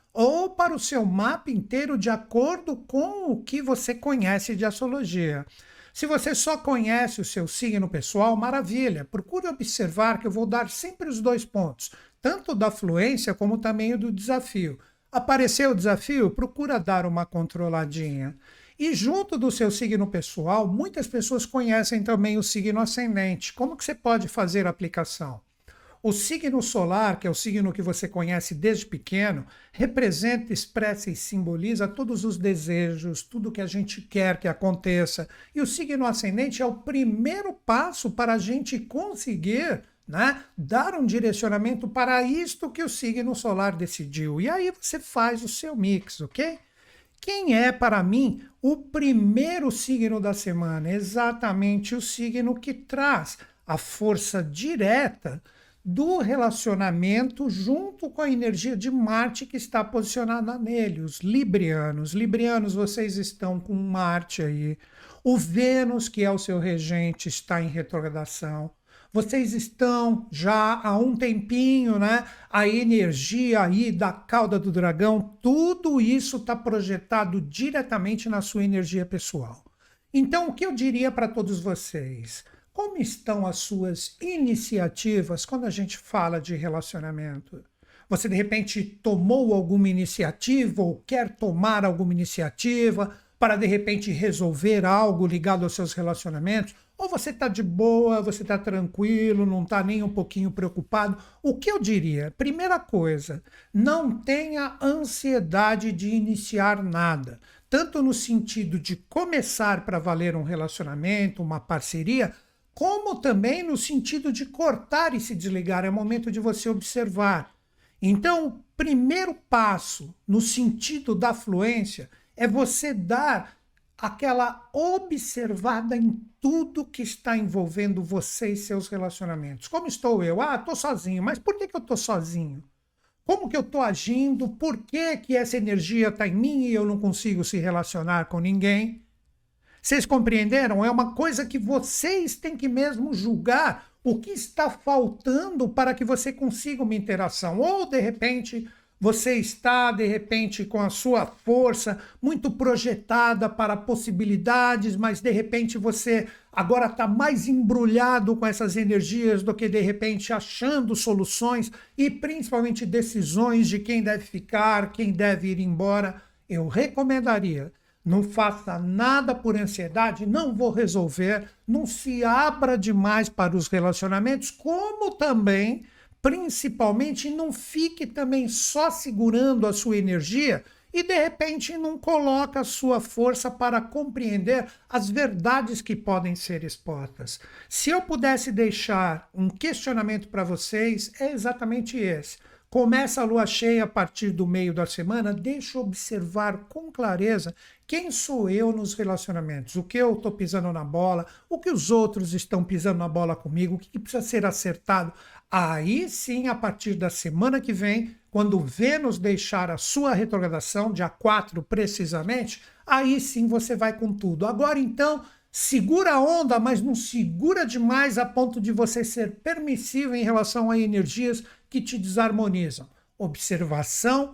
ou para o seu mapa inteiro de acordo com o que você conhece de astrologia. Se você só conhece o seu signo pessoal, maravilha. Procure observar que eu vou dar sempre os dois pontos, tanto da fluência como também o do desafio. Apareceu o desafio, procura dar uma controladinha. E junto do seu signo pessoal, muitas pessoas conhecem também o signo ascendente. Como que você pode fazer a aplicação? O signo solar, que é o signo que você conhece desde pequeno, representa, expressa e simboliza todos os desejos, tudo que a gente quer que aconteça. E o signo ascendente é o primeiro passo para a gente conseguir, né, dar um direcionamento para isto que o signo solar decidiu. E aí você faz o seu mix, ok? Quem é, para mim, o primeiro signo da semana? Exatamente o signo que traz a força direta do relacionamento junto com a energia de Marte que está posicionada nele, os librianos. Librianos, vocês estão com Marte aí. O Vênus, que é o seu regente, está em retrogradação. Vocês estão já há um tempinho, né? A energia aí da cauda do dragão, tudo isso está projetado diretamente na sua energia pessoal. Então, o que eu diria para todos vocês? Como estão as suas iniciativas quando a gente fala de relacionamento? Você, de repente, tomou alguma iniciativa ou quer tomar alguma iniciativa para, de repente, resolver algo ligado aos seus relacionamentos? Ou você está de boa, você está tranquilo, não está nem um pouquinho preocupado? O que eu diria? Primeira coisa, não tenha ansiedade de iniciar nada. Tanto no sentido de começar para valer um relacionamento, uma parceria, como também no sentido de cortar e se desligar. É o momento de você observar. Então, o primeiro passo no sentido da fluência é você dar aquela observada em tudo que está envolvendo você e seus relacionamentos. Como estou eu? Ah, estou sozinho. Mas por que, que eu estou sozinho? Como que eu estou agindo? Por que, que essa energia está em mim e eu não consigo se relacionar com ninguém? Vocês compreenderam? É uma coisa que vocês têm que mesmo julgar o que está faltando para que você consiga uma interação. Ou, de repente, você está, de repente, com a sua força muito projetada para possibilidades, mas, de repente, você agora está mais embrulhado com essas energias do que, de repente, achando soluções e, principalmente, decisões de quem deve ficar, quem deve ir embora. Eu recomendaria: não faça nada por ansiedade, não vou resolver, não se abra demais para os relacionamentos, como também, principalmente, não fique também só segurando a sua energia e, de repente, não coloca a sua força para compreender as verdades que podem ser expostas. Se eu pudesse deixar um questionamento para vocês, é exatamente esse. Começa a lua cheia a partir do meio da semana, deixa eu observar com clareza quem sou eu nos relacionamentos, o que eu estou pisando na bola, o que os outros estão pisando na bola comigo, o que precisa ser acertado. Aí sim, a partir da semana que vem, quando Vênus deixar a sua retrogradação, dia quatro precisamente, aí sim você vai com tudo. Agora então, segura a onda, mas não segura demais a ponto de você ser permissivo em relação a energias que te desarmonizam. Observação,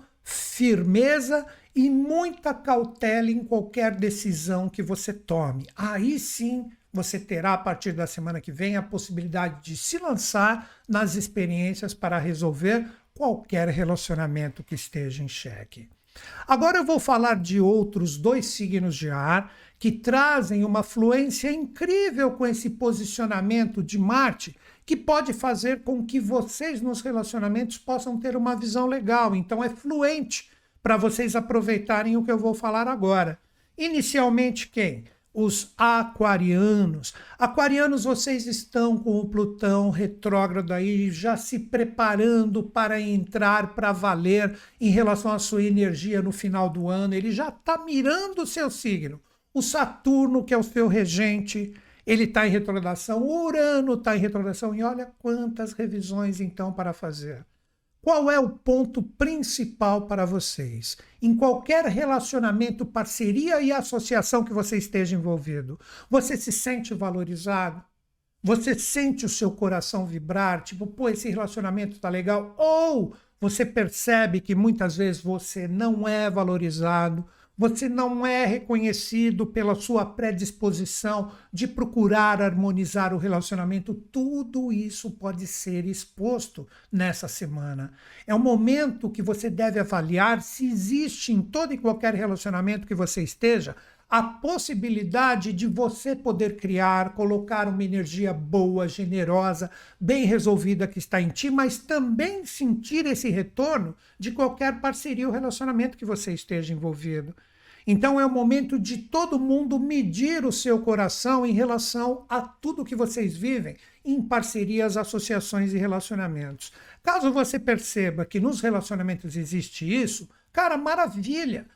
firmeza e muita cautela em qualquer decisão que você tome. Aí sim você terá, a partir da semana que vem, a possibilidade de se lançar nas experiências para resolver qualquer relacionamento que esteja em xeque. Agora eu vou falar de outros dois signos de ar que trazem uma fluência incrível com esse posicionamento de Marte, que pode fazer com que vocês nos relacionamentos possam ter uma visão legal. Então é fluente para vocês aproveitarem o que eu vou falar agora. Inicialmente quem? Os aquarianos. Aquarianos, vocês estão com o Plutão retrógrado aí, já se preparando para entrar para valer em relação à sua energia no final do ano. Ele já está mirando o seu signo. O Saturno, que é o seu regente, ele está em retrogradação. O Urano está em retrogradação. E olha quantas revisões, então, para fazer. Qual é o ponto principal para vocês? Em qualquer relacionamento, parceria e associação que você esteja envolvido, você se sente valorizado? Você sente o seu coração vibrar? Tipo, pô, esse relacionamento tá legal? Ou você percebe que muitas vezes você não é valorizado, você não é reconhecido pela sua predisposição de procurar harmonizar o relacionamento. Tudo isso pode ser exposto nessa semana. É um momento que você deve avaliar se existe em todo e qualquer relacionamento que você esteja a possibilidade de você poder criar, colocar uma energia boa, generosa, bem resolvida que está em ti, mas também sentir esse retorno de qualquer parceria ou relacionamento que você esteja envolvido. Então é o momento de todo mundo medir o seu coração em relação a tudo que vocês vivem em parcerias, associações e relacionamentos. Caso você perceba que nos relacionamentos existe isso, cara, maravilha!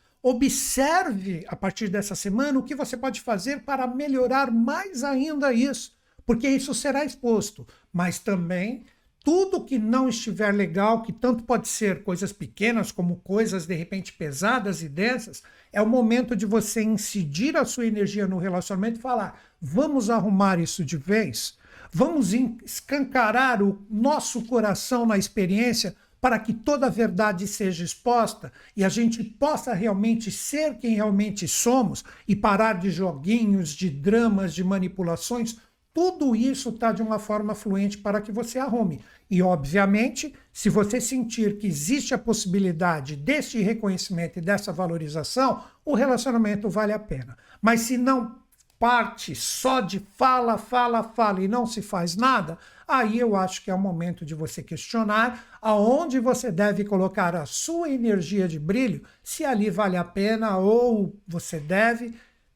Observe, a partir dessa semana, o que você pode fazer para melhorar mais ainda isso, porque isso será exposto. Mas também, tudo que não estiver legal, que tanto pode ser coisas pequenas como coisas, de repente, pesadas e densas, é o momento de você incidir a sua energia no relacionamento e falar, vamos arrumar isso de vez? Vamos escancarar o nosso coração na experiência para que toda a verdade seja exposta e a gente possa realmente ser quem realmente somos e parar de joguinhos, de dramas, de manipulações. Tudo isso está de uma forma fluente para que você arrume. E, obviamente, se você sentir que existe a possibilidade desse reconhecimento e dessa valorização, o relacionamento vale a pena. Mas se não parte só de fala, fala, fala e não se faz nada, aí eu acho que é o momento de você questionar aonde você deve colocar a sua energia de brilho, se ali vale a pena ou você deve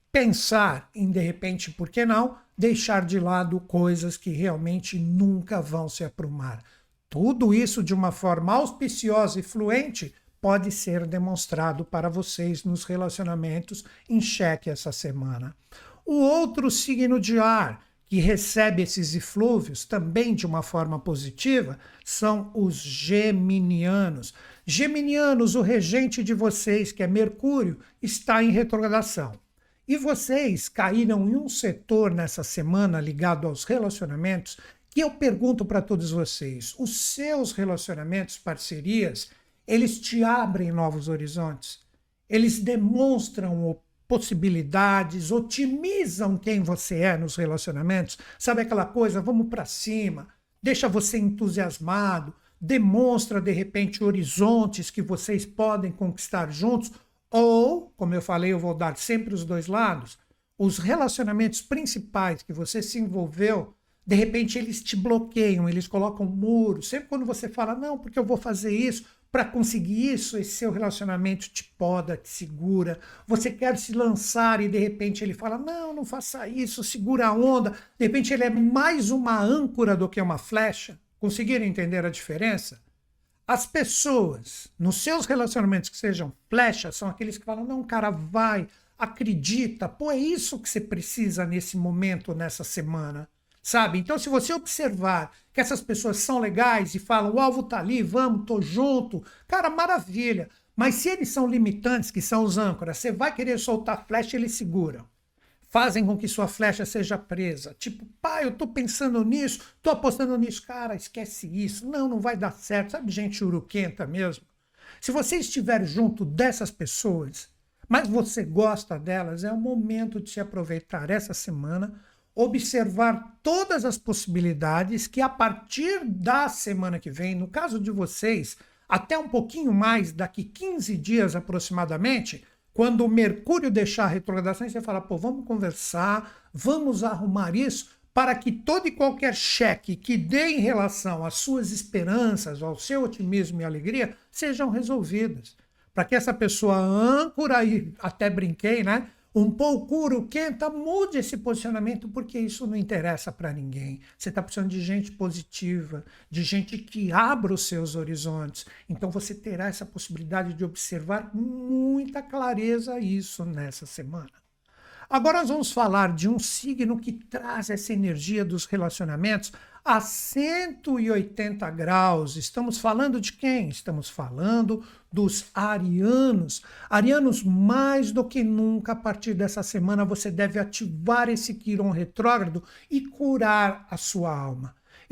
pensar em, de repente, por que não, deixar de lado coisas que realmente nunca vão se aprumar. Tudo isso de uma forma auspiciosa e fluente pode ser demonstrado para vocês nos relacionamentos em xeque essa semana. O outro signo de ar que recebe esses eflúvios também de uma forma positiva são os geminianos. Geminianos, o regente de vocês, que é Mercúrio, está em retrogradação. E vocês caíram em um setor nessa semana ligado aos relacionamentos que eu pergunto para todos vocês, os seus relacionamentos, parcerias, eles te abrem novos horizontes? Eles demonstram possibilidades, otimizam quem você é nos relacionamentos? Sabe aquela coisa, vamos para cima, deixa você entusiasmado, demonstra de repente horizontes que vocês podem conquistar juntos? Ou, como eu falei, eu vou dar sempre os dois lados, os relacionamentos principais que você se envolveu, de repente eles te bloqueiam, eles colocam muros. Sempre quando você fala, não, porque eu vou fazer isso, para conseguir isso, esse seu relacionamento te poda, te segura. Você quer se lançar e de repente ele fala, não, não faça isso, segura a onda. De repente ele é mais uma âncora do que uma flecha. Conseguiram entender a diferença? As pessoas, nos seus relacionamentos que sejam flechas, são aqueles que falam, não, cara, vai, acredita, pô, é isso que você precisa nesse momento, nessa semana. Sabe? Então, se você observar que essas pessoas são legais e falam, o alvo tá ali, vamos, tô junto, cara, maravilha. Mas se eles são limitantes, que são os âncoras, você vai querer soltar a flecha, eles seguram. Fazem com que sua flecha seja presa. Tipo, pai, eu tô pensando nisso, tô apostando nisso. Cara, esquece isso. Não, não vai dar certo. Sabe, gente uruquenta mesmo? Se você estiver junto dessas pessoas, mas você gosta delas, é o momento de se aproveitar essa semana, observar todas as possibilidades que a partir da semana que vem, no caso de vocês, até um pouquinho mais, daqui quinze dias aproximadamente, quando o Mercúrio deixar a retrogradação, você fala, pô, vamos conversar, vamos arrumar isso, para que todo e qualquer cheque que dê em relação às suas esperanças, ao seu otimismo e alegria, sejam resolvidas. Para que essa pessoa âncora, e até brinquei, né? Um pouco uruquenta, mude esse posicionamento, porque isso não interessa para ninguém. Você está precisando de gente positiva, de gente que abra os seus horizontes. Então você terá essa possibilidade de observar com muita clareza isso nessa semana. Agora nós vamos falar de um signo que traz essa energia dos relacionamentos a cento e oitenta graus. Estamos falando de quem? Estamos falando dos arianos. Arianos, mais do que nunca, a partir dessa semana, você deve ativar esse Quirón retrógrado e curar a sua alma.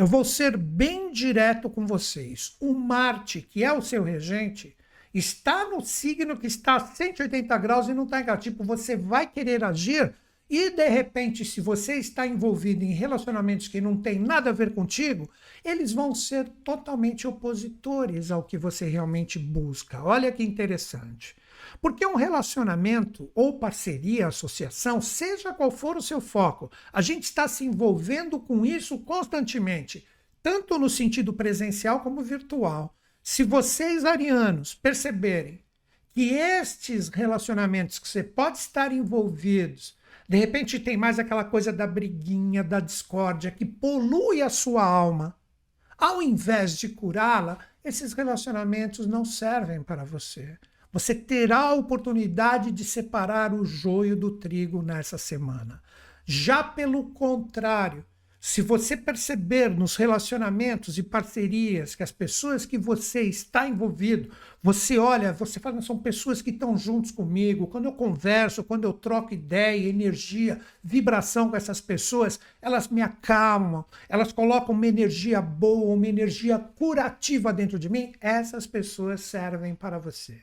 Eu vou ser bem direto com vocês. O Marte, que é o seu regente, está no signo que está a cento e oitenta graus e não está em tipo, você vai querer agir e, de repente, se você está envolvido em relacionamentos que não tem nada a ver contigo, eles vão ser totalmente opositores ao que você realmente busca. Olha que interessante. Porque um relacionamento ou parceria, associação, seja qual for o seu foco, a gente está se envolvendo com isso constantemente, tanto no sentido presencial como virtual. Se vocês, arianos, perceberem que estes relacionamentos que você pode estar envolvidos, de repente tem mais aquela coisa da briguinha, da discórdia, que polui a sua alma, ao invés de curá-la, esses relacionamentos não servem para você. Você terá a oportunidade de separar o joio do trigo nessa semana. Já pelo contrário, se você perceber nos relacionamentos e parcerias que as pessoas que você está envolvido, você olha, você fala, são pessoas que estão juntos comigo, quando eu converso, quando eu troco ideia, energia, vibração com essas pessoas, elas me acalmam, elas colocam uma energia boa, uma energia curativa dentro de mim, essas pessoas servem para você.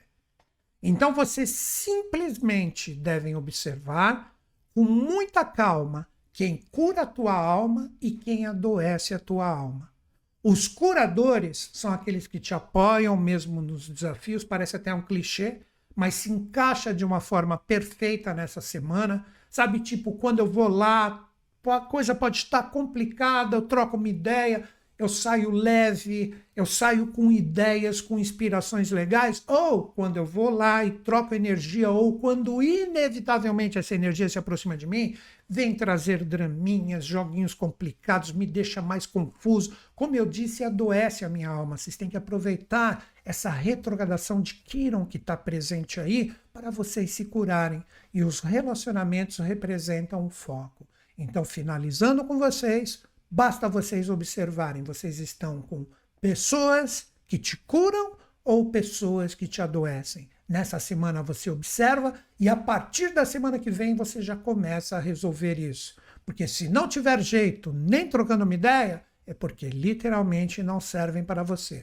Então vocês simplesmente devem observar com muita calma quem cura a tua alma e quem adoece a tua alma. Os curadores são aqueles que te apoiam mesmo nos desafios, parece até um clichê, mas se encaixa de uma forma perfeita nessa semana. Sabe, tipo, quando eu vou lá, a coisa pode estar complicada, eu troco uma ideia, eu saio leve, eu saio com ideias, com inspirações legais, ou quando eu vou lá e troco energia, ou quando inevitavelmente essa energia se aproxima de mim, vem trazer draminhas, joguinhos complicados, me deixa mais confuso. Como eu disse, adoece a minha alma. Vocês têm que aproveitar essa retrogradação de Quiron que está presente aí para vocês se curarem. E os relacionamentos representam o foco. Então, finalizando com vocês, basta vocês observarem, vocês estão com pessoas que te curam ou pessoas que te adoecem. Nessa semana você observa e a partir da semana que vem você já começa a resolver isso. Porque se não tiver jeito, nem trocando uma ideia, é porque literalmente não servem para você.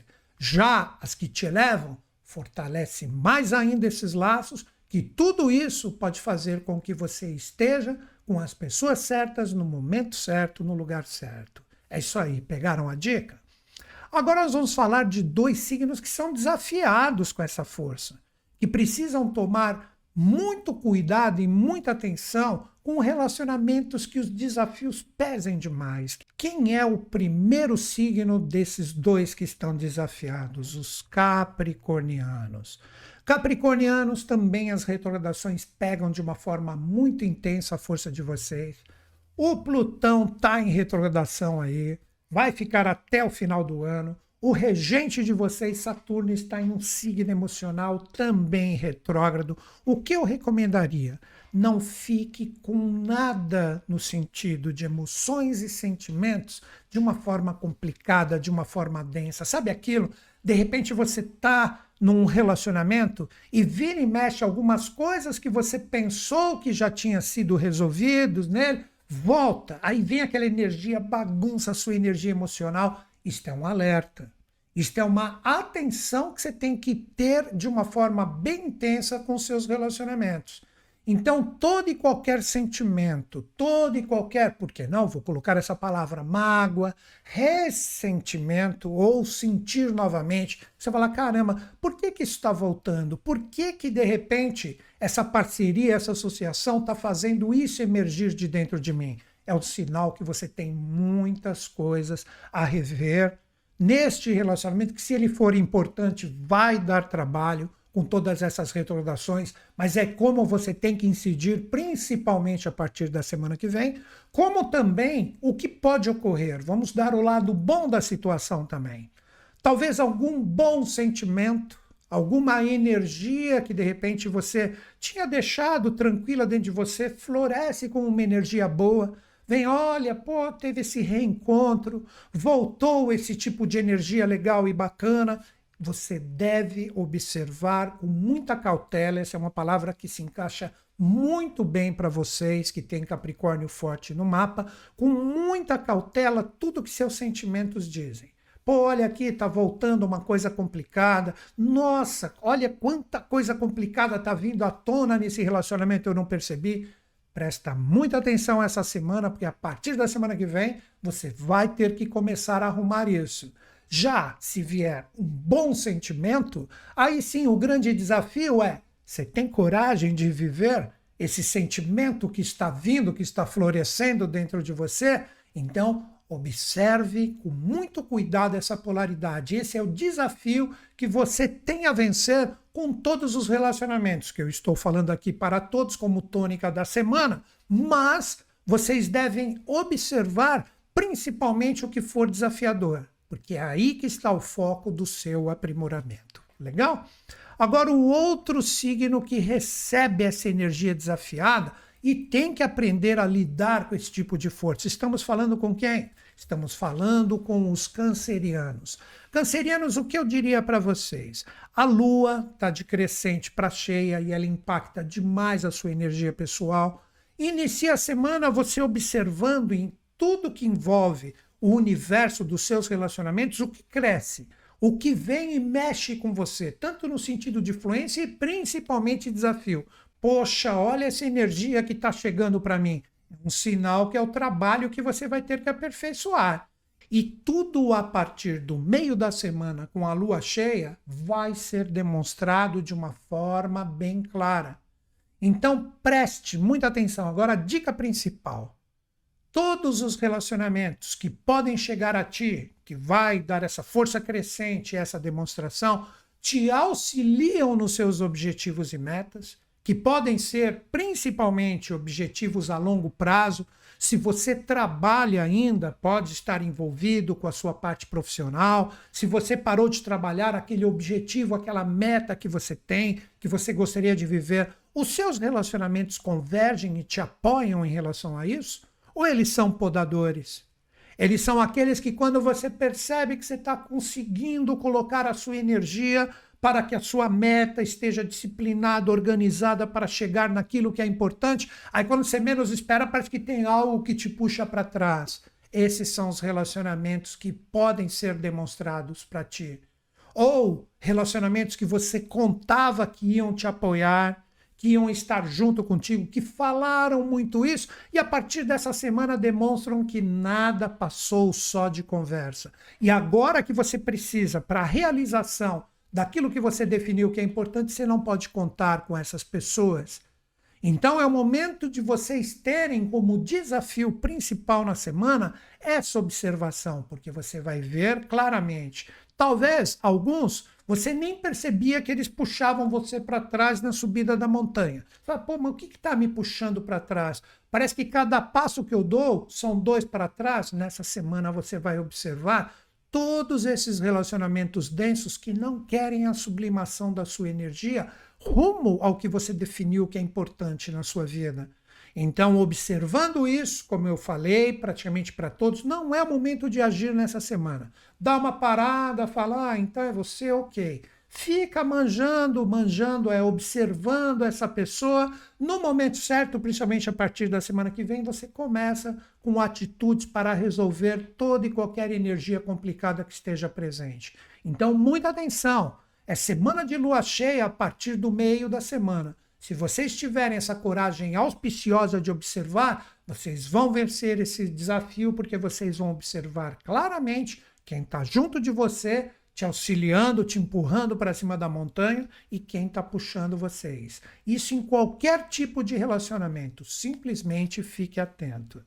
Já as que te elevam, fortalece mais ainda esses laços, que tudo isso pode fazer com que você esteja com as pessoas certas, no momento certo, no lugar certo. É isso aí, pegaram a dica? Agora nós vamos falar de dois signos que são desafiados com essa força, que precisam tomar muito cuidado e muita atenção com relacionamentos que os desafios pesem demais. Quem é o primeiro signo desses dois que estão desafiados? Os capricornianos. Capricornianos também as retrogradações pegam de uma forma muito intensa a força de vocês. O Plutão está em retrogradação aí, vai ficar até o final do ano. O regente de vocês, Saturno, está em um signo emocional também retrógrado. O que eu recomendaria? Não fique com nada no sentido de emoções e sentimentos de uma forma complicada, de uma forma densa. Sabe aquilo? De repente você está num relacionamento e vira e mexe algumas coisas que você pensou que já tinha sido resolvidos nele, volta. Aí vem aquela energia, bagunça a sua energia emocional. Isto é um alerta. Isto é uma atenção que você tem que ter de uma forma bem intensa com seus relacionamentos. Então, todo e qualquer sentimento, todo e qualquer, por que não, vou colocar essa palavra, mágoa, ressentimento ou sentir novamente, você fala, caramba, por que que isso está voltando? Por que que, de repente, essa parceria, essa associação está fazendo isso emergir de dentro de mim? É um sinal que você tem muitas coisas a rever neste relacionamento, que se ele for importante, vai dar trabalho, com todas essas retrogradações, mas é como você tem que incidir, principalmente a partir da semana que vem, como também o que pode ocorrer. Vamos dar o lado bom da situação também. Talvez algum bom sentimento, alguma energia que de repente você tinha deixado tranquila dentro de você, floresce com uma energia boa. Vem, olha, pô, teve esse reencontro, voltou esse tipo de energia legal e bacana. você deve observar com muita cautela. Essa é uma palavra que se encaixa muito bem para vocês que têm Capricórnio forte no mapa, com muita cautela tudo que seus sentimentos dizem. Pô, olha aqui, tá voltando uma coisa complicada. Nossa, olha quanta coisa complicada tá vindo à tona nesse relacionamento, eu não percebi. Presta muita atenção essa semana, porque a partir da semana que vem você vai ter que começar a arrumar isso. Já se vier um bom sentimento, aí sim o grande desafio é: você tem coragem de viver esse sentimento que está vindo, que está florescendo dentro de você? Então, observe com muito cuidado essa polaridade. Esse é o desafio que você tem a vencer com todos os relacionamentos, que eu estou falando aqui para todos como tônica da semana, mas vocês devem observar principalmente o que for desafiador, porque é aí que está o foco do seu aprimoramento. Legal? Agora, o outro signo que recebe essa energia desafiada e tem que aprender a lidar com esse tipo de força. Estamos falando com quem? Estamos falando com os cancerianos. Cancerianos, o que eu diria para vocês? A Lua está de crescente para cheia e ela impacta demais a sua energia pessoal. Inicia a semana você observando em tudo que envolve o universo dos seus relacionamentos o que cresce, o que vem e mexe com você, tanto no sentido de influência e principalmente desafio. Poxa, olha essa energia que está chegando para mim. Um sinal que é o trabalho que você vai ter que aperfeiçoar. E tudo a partir do meio da semana, com a lua cheia, vai ser demonstrado de uma forma bem clara. Então preste muita atenção. Agora a dica principal. Todos os relacionamentos que podem chegar a ti, que vai dar essa força crescente, essa demonstração, te auxiliam nos seus objetivos e metas, que podem ser principalmente objetivos a longo prazo. Se você trabalha ainda, pode estar envolvido com a sua parte profissional. Se você parou de trabalhar, aquele objetivo, aquela meta que você tem, que você gostaria de viver, os seus relacionamentos convergem e te apoiam em relação a isso? Ou eles são podadores? Eles são aqueles que, quando você percebe que você está conseguindo colocar a sua energia para que a sua meta esteja disciplinada, organizada para chegar naquilo que é importante, aí quando você menos espera, parece que tem algo que te puxa para trás. Esses são os relacionamentos que podem ser demonstrados para ti. Ou relacionamentos que você contava que iam te apoiar, que iam estar junto contigo, que falaram muito isso, e a partir dessa semana demonstram que nada passou só de conversa. E agora que você precisa, para a realização daquilo que você definiu que é importante, você não pode contar com essas pessoas. Então é o momento de vocês terem como desafio principal na semana essa observação, porque você vai ver claramente. Talvez alguns você nem percebia que eles puxavam você para trás na subida da montanha. Você fala, pô, mas o que está me puxando para trás? Parece que cada passo que eu dou são dois para trás. Nessa semana você vai observar todos esses relacionamentos densos que não querem a sublimação da sua energia rumo ao que você definiu que é importante na sua vida. Então, observando isso, como eu falei, praticamente para todos, não é o momento de agir nessa semana. Dá uma parada, fala, ah, então é você, ok. Fica manjando, manjando, é observando essa pessoa. No momento certo, principalmente a partir da semana que vem, você começa com atitudes para resolver toda e qualquer energia complicada que esteja presente. Então, muita atenção. É semana de lua cheia a partir do meio da semana. Se vocês tiverem essa coragem auspiciosa de observar, vocês vão vencer esse desafio, porque vocês vão observar claramente quem está junto de você, te auxiliando, te empurrando para cima da montanha, e quem está puxando vocês. Isso em qualquer tipo de relacionamento. Simplesmente fique atento.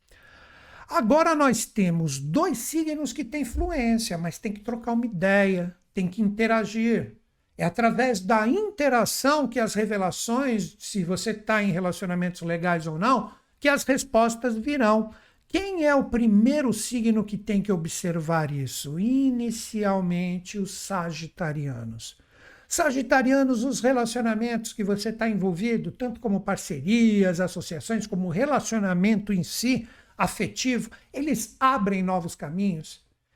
Agora nós temos dois signos que têm influência, mas tem que trocar uma ideia, tem que interagir. É através da interação que as revelações, se você está em relacionamentos legais ou não, que as respostas virão. Quem é o primeiro signo que tem que observar isso? Inicialmente, os sagitarianos. Sagitarianos, os relacionamentos que você está envolvido, tanto como parcerias, associações, como o relacionamento em si, afetivo, eles abrem novos caminhos.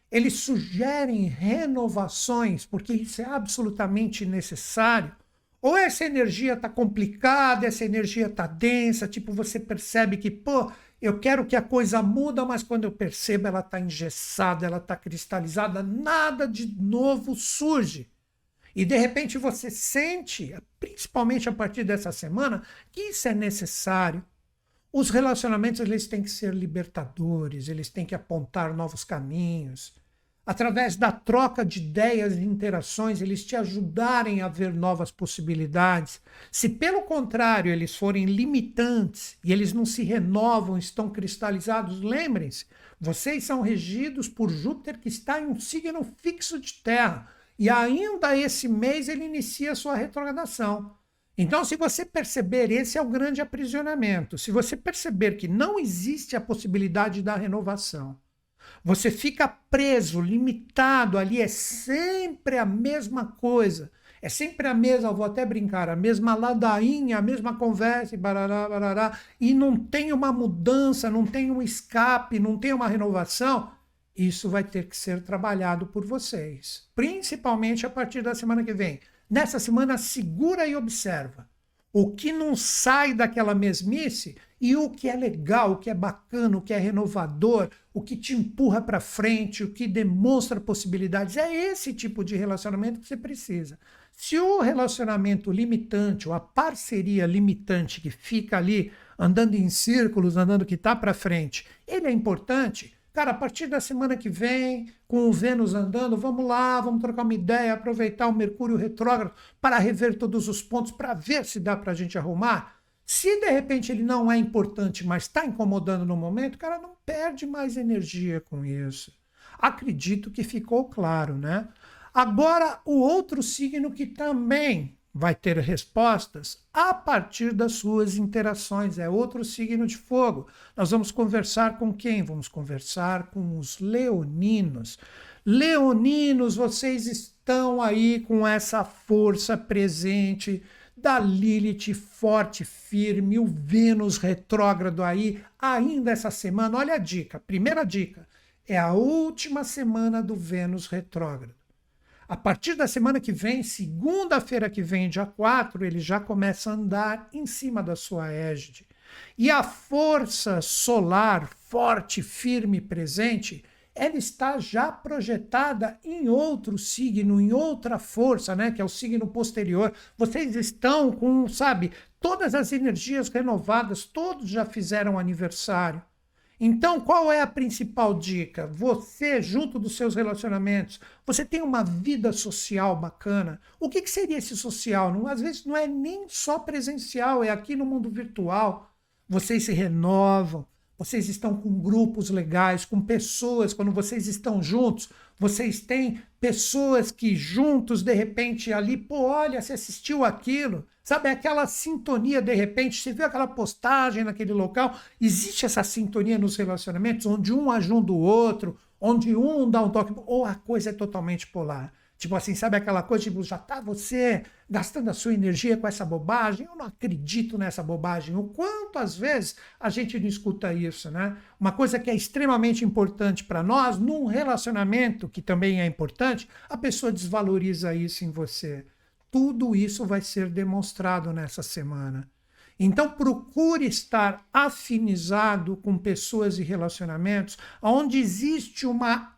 eles sugerem renovações, porque isso é absolutamente necessário. Ou essa energia está complicada, essa energia está densa, tipo, você percebe que, pô, eu quero que a coisa muda, mas quando eu percebo ela está engessada, ela está cristalizada, nada de novo surge. E de repente você sente, principalmente a partir dessa semana, que isso é necessário. Os relacionamentos eles têm que ser libertadores, eles têm que apontar novos caminhos. Através da troca de ideias e interações, eles te ajudarem a ver novas possibilidades. Se, pelo contrário, eles forem limitantes e eles não se renovam, estão cristalizados, lembrem-se, vocês são regidos por Júpiter, que está em um signo fixo de terra. E ainda esse mês ele inicia a sua retrogradação. Então, se você perceber, esse é o grande aprisionamento. Se você perceber que não existe a possibilidade da renovação, você fica preso, limitado ali, é sempre a mesma coisa. É sempre a mesma, vou até brincar, a mesma ladainha, a mesma conversa, e barará, barará, e não tem uma mudança, não tem um escape, não tem uma renovação. Isso vai ter que ser trabalhado por vocês, principalmente a partir da semana que vem. Nessa semana, segura e observa o que não sai daquela mesmice e o que é legal, o que é bacana, o que é renovador, o que te empurra para frente, o que demonstra possibilidades. É esse tipo de relacionamento que você precisa. Se o relacionamento limitante, ou a parceria limitante que fica ali andando em círculos, andando que está para frente, ele é importante, cara, a partir da semana que vem, com o Vênus andando, vamos lá, vamos trocar uma ideia, aproveitar o Mercúrio retrógrado para rever todos os pontos, para ver se dá para a gente arrumar. Se de repente ele não é importante, mas está incomodando no momento, cara, não perde mais energia com isso. Acredito que ficou claro, né? Agora, o outro signo que também vai ter respostas a partir das suas interações. É outro signo de fogo. Nós vamos conversar com quem? Vamos conversar com os leoninos. Leoninos, vocês estão aí com essa força presente da Lilith forte, firme, o Vênus retrógrado aí, ainda essa semana. Olha a dica, primeira dica, é a última semana do Vênus retrógrado. A partir da semana que vem, segunda-feira que vem, dia quatro, ele já começa a andar em cima da sua égide. E a força solar forte, firme, presente, ela está já projetada em outro signo, em outra força, né, que é o signo posterior. Vocês estão com, sabe, todas as energias renovadas, todos já fizeram aniversário. Então, qual é a principal dica? Você, junto dos seus relacionamentos, você tem uma vida social bacana. O que, que seria esse social? Não, às vezes não é nem só presencial, é aqui no mundo virtual. Vocês se renovam, vocês estão com grupos legais, com pessoas, quando vocês estão juntos, vocês têm pessoas que juntos, de repente, ali, pô, olha, você assistiu aquilo, sabe, aquela sintonia, de repente, você viu aquela postagem naquele local, existe essa sintonia nos relacionamentos, onde um ajuda o outro, onde um dá um toque, ou a coisa é totalmente polar. Tipo assim, sabe aquela coisa, tipo, já tá você gastando a sua energia com essa bobagem? Eu não acredito nessa bobagem. O quanto, às vezes, a gente não escuta isso, né? Uma coisa que é extremamente importante para nós, num relacionamento, que também é importante, a pessoa desvaloriza isso em você. Tudo isso vai ser demonstrado nessa semana. Então, procure estar afinizado com pessoas e relacionamentos onde existe uma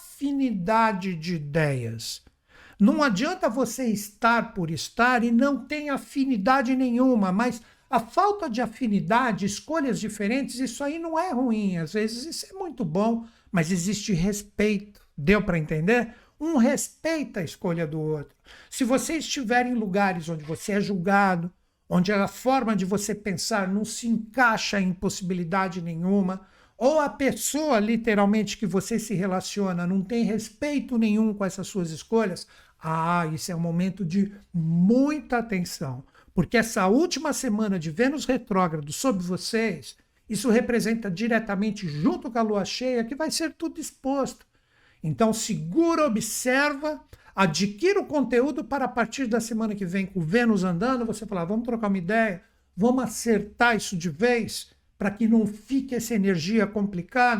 afinidade de ideias. Não adianta você estar por estar e não tem afinidade nenhuma, mas a falta de afinidade, escolhas diferentes, isso aí não é ruim. Às vezes isso é muito bom, mas existe respeito. Deu para entender? Um respeita a escolha do outro. Se você estiver em lugares onde você é julgado, onde a forma de você pensar não se encaixa em possibilidade nenhuma, ou a pessoa, literalmente, que você se relaciona não tem respeito nenhum com essas suas escolhas, ah, isso é um momento de muita atenção, porque essa última semana de Vênus retrógrado sobre vocês, isso representa diretamente, junto com a lua cheia, que vai ser tudo exposto. Então, segura, observa, adquira o conteúdo para a partir da semana que vem, com o Vênus andando, você falar, vamos trocar uma ideia, vamos acertar isso de vez, para que não fique essa energia complicada.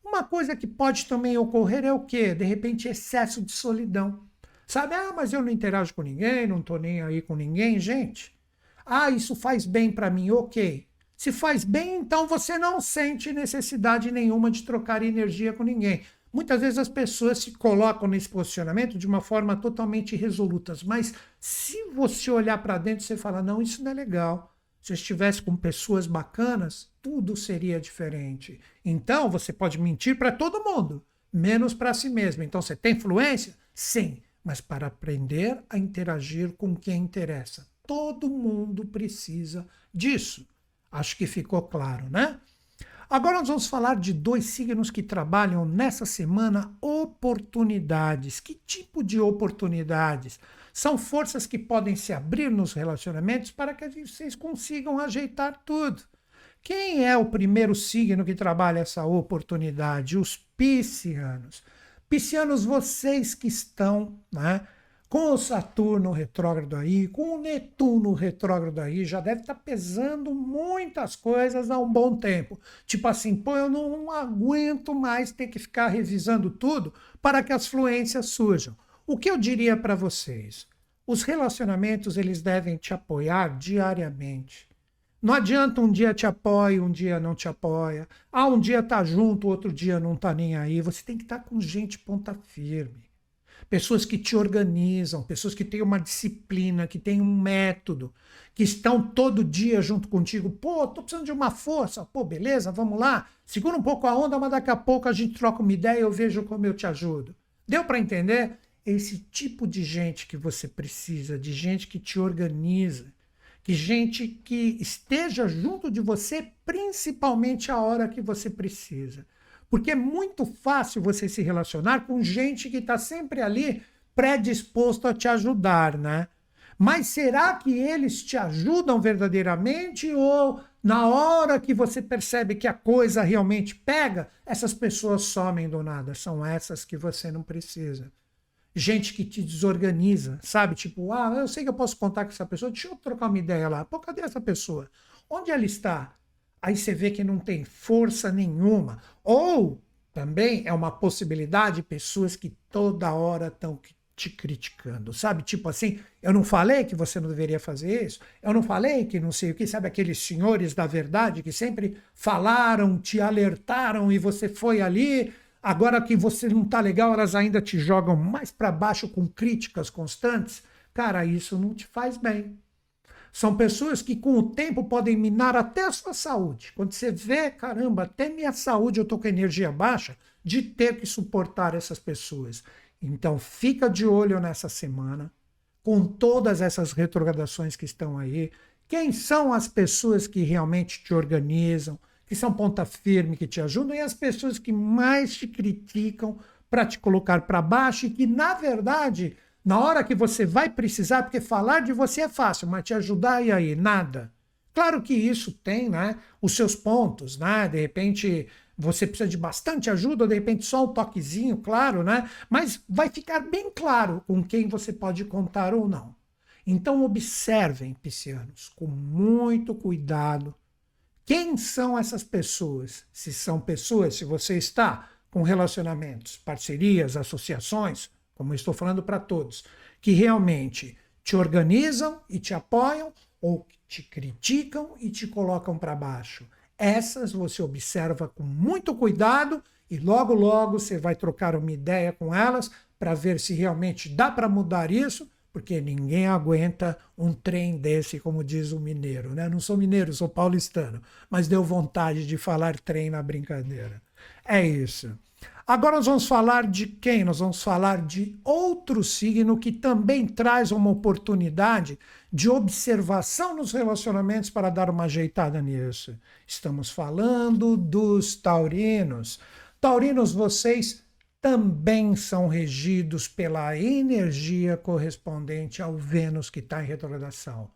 Uma coisa que pode também ocorrer é o quê? De repente, excesso de solidão. Sabe, ah, mas eu não interajo com ninguém, não tô nem aí com ninguém, gente. Ah, isso faz bem para mim, ok. Se faz bem, então você não sente necessidade nenhuma de trocar energia com ninguém. Muitas vezes as pessoas se colocam nesse posicionamento de uma forma totalmente irresolutas, mas se você olhar para dentro, você fala, não, isso não é legal. Se eu estivesse com pessoas bacanas, tudo seria diferente. Então, você pode mentir para todo mundo, menos para si mesmo. Então, você tem influência? Sim, mas para aprender a interagir com quem interessa. Todo mundo precisa disso. Acho que ficou claro, né? Agora nós vamos falar de dois signos que trabalham nessa semana oportunidades. Que tipo de oportunidades? São forças que podem se abrir nos relacionamentos para que vocês consigam ajeitar tudo. Quem é o primeiro signo que trabalha essa oportunidade? Os piscianos. Piscianos, vocês que estão, né, com o Saturno retrógrado aí, com o Netuno retrógrado aí, já deve estar pesando muitas coisas há um bom tempo. Tipo assim, pô, eu não aguento mais ter que ficar revisando tudo para que as fluências surjam. O que eu diria para vocês? Os relacionamentos, eles devem te apoiar diariamente. Não adianta um dia te apoia, um dia não te apoia. Ah, um dia tá junto, outro dia não tá nem aí. Você tem que estar com gente ponta firme. Pessoas que te organizam, pessoas que têm uma disciplina, que têm um método, que estão todo dia junto contigo. Pô, tô precisando de uma força. Pô, beleza, vamos lá. Segura um pouco a onda, mas daqui a pouco a gente troca uma ideia e eu vejo como eu te ajudo. Deu para entender? Esse tipo de gente que você precisa, de gente que te organiza, que gente que esteja junto de você, principalmente a hora que você precisa. Porque é muito fácil você se relacionar com gente que está sempre ali predisposto a te ajudar, né? Mas será que eles te ajudam verdadeiramente ou na hora que você percebe que a coisa realmente pega, essas pessoas somem do nada? São essas que você não precisa. Gente que te desorganiza, sabe? Tipo, ah, eu sei que eu posso contar com essa pessoa, deixa eu trocar uma ideia lá. Pô, cadê essa pessoa? Onde ela está? Aí você vê que não tem força nenhuma. Ou também é uma possibilidade pessoas que toda hora estão te criticando, sabe? Tipo assim, eu não falei que você não deveria fazer isso, eu não falei que não sei o que, sabe? Aqueles senhores da verdade que sempre falaram, te alertaram e você foi ali. Agora que você não tá legal, elas ainda te jogam mais para baixo com críticas constantes. Cara, isso não te faz bem. São pessoas que com o tempo podem minar até a sua saúde. Quando você vê, caramba, até minha saúde eu tô com energia baixa, de ter que suportar essas pessoas. Então fica de olho nessa semana, com todas essas retrogradações que estão aí. Quem são as pessoas que realmente te organizam, que são ponta firme, que te ajudam, e as pessoas que mais te criticam para te colocar para baixo e que, na verdade, na hora que você vai precisar, porque falar de você é fácil, mas te ajudar e aí, nada. Claro que isso tem, né, os seus pontos, né? De repente você precisa de bastante ajuda, ou de repente só um toquezinho, claro, né? Mas vai ficar bem claro com quem você pode contar ou não. Então observem, piscianos, com muito cuidado. Quem são essas pessoas? Se são pessoas, se você está com relacionamentos, parcerias, associações, como eu estou falando para todos, que realmente te organizam e te apoiam, ou te criticam e te colocam para baixo. Essas você observa com muito cuidado e logo, logo você vai trocar uma ideia com elas para ver se realmente dá para mudar isso, porque ninguém aguenta um trem desse, como diz o mineiro, né? Não sou mineiro, sou paulistano, mas deu vontade de falar trem na brincadeira. É isso. Agora nós vamos falar de quem? Nós vamos falar de outro signo que também traz uma oportunidade de observação nos relacionamentos para dar uma ajeitada nisso. Estamos falando dos taurinos. Taurinos, vocês também são regidos pela energia correspondente ao Vênus que está em retrogradação.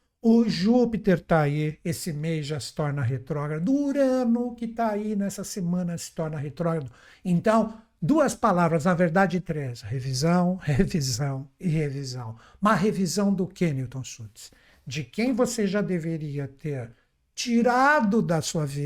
O Júpiter está aí, esse mês já se torna retrógrado. O Urano, que está aí nessa semana, se torna retrógrado. Então, duas palavras, na verdade três. Revisão, revisão e revisão. Mas revisão do que, Newton Schultz? De quem você já deveria ter tirado da sua vida,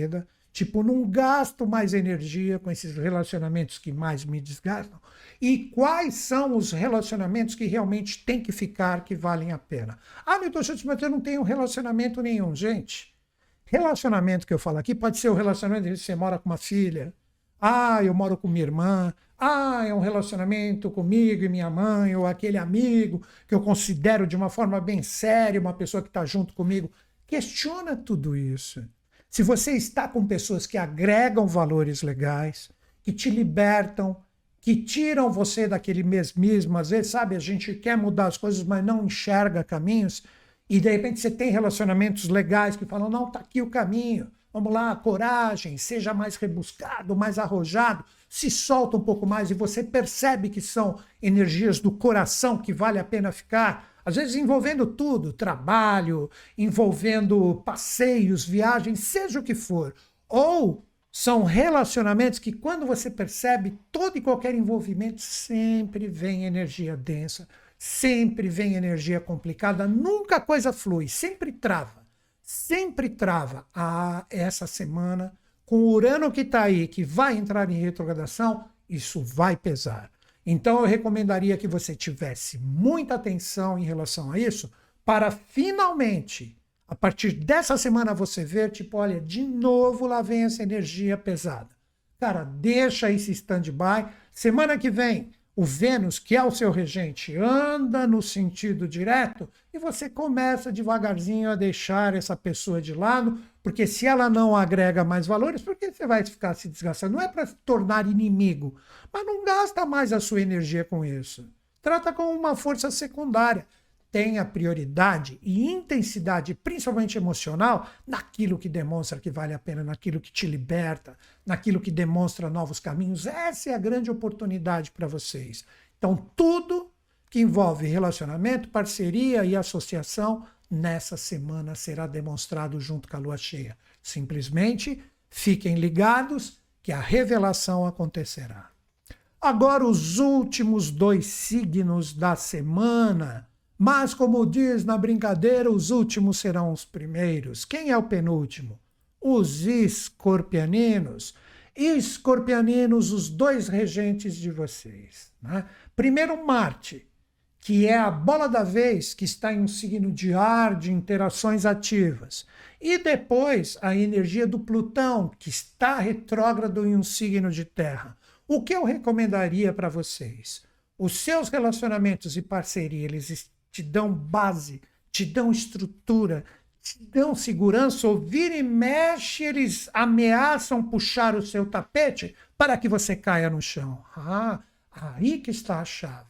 Tipo, não gasto mais energia com esses relacionamentos que mais me desgastam. E quais são os relacionamentos que realmente têm que ficar, que valem a pena? Ah, Milton Schultz, mas eu não tenho relacionamento nenhum. Gente, relacionamento que eu falo aqui pode ser o relacionamento que você mora com uma filha. Ah, eu moro com minha irmã. Ah, é um relacionamento comigo e minha mãe, ou aquele amigo que eu considero de uma forma bem séria, uma pessoa que está junto comigo. Questiona tudo isso. Se você está com pessoas que agregam valores legais, que te libertam, que tiram você daquele mesmismo, às vezes, sabe, a gente quer mudar as coisas, mas não enxerga caminhos, e de repente você tem relacionamentos legais que falam, não, tá aqui o caminho, vamos lá, coragem, seja mais rebuscado, mais arrojado, se solta um pouco mais e você percebe que são energias do coração que vale a pena ficar, às vezes envolvendo tudo, trabalho, envolvendo passeios, viagens, seja o que for. Ou são relacionamentos que quando você percebe, todo e qualquer envolvimento sempre vem energia densa, sempre vem energia complicada, nunca a coisa flui, sempre trava. Sempre trava. Ah, essa semana, com o Urano que está aí, que vai entrar em retrogradação, isso vai pesar. Então eu recomendaria que você tivesse muita atenção em relação a isso, para finalmente, a partir dessa semana você ver, tipo, olha, de novo lá vem essa energia pesada. Cara, deixa esse stand-by. Semana que vem, o Vênus, que é o seu regente, anda no sentido direto e você começa devagarzinho a deixar essa pessoa de lado, porque se ela não agrega mais valores, por que você vai ficar se desgastando? Não é para se tornar inimigo, mas não gasta mais a sua energia com isso. Trata como uma força secundária. Tenha prioridade e intensidade, principalmente emocional, naquilo que demonstra que vale a pena, naquilo que te liberta, naquilo que demonstra novos caminhos. Essa é a grande oportunidade para vocês. Então, tudo que envolve relacionamento, parceria e associação, nessa semana será demonstrado junto com a lua cheia. Simplesmente fiquem ligados que a revelação acontecerá. Agora, os últimos dois signos da semana. Mas, como diz na brincadeira, os últimos serão os primeiros. Quem é o penúltimo? Os escorpianinos. Escorpianinos, os dois regentes de vocês, né? Primeiro, Marte, que é a bola da vez, que está em um signo de ar, de interações ativas. E depois, a energia do Plutão, que está retrógrado em um signo de terra. O que eu recomendaria para vocês? Os seus relacionamentos e parceria, eles te dão base, te dão estrutura, te dão segurança, ou vira e mexe, eles ameaçam puxar o seu tapete para que você caia no chão. Ah, aí que está a chave.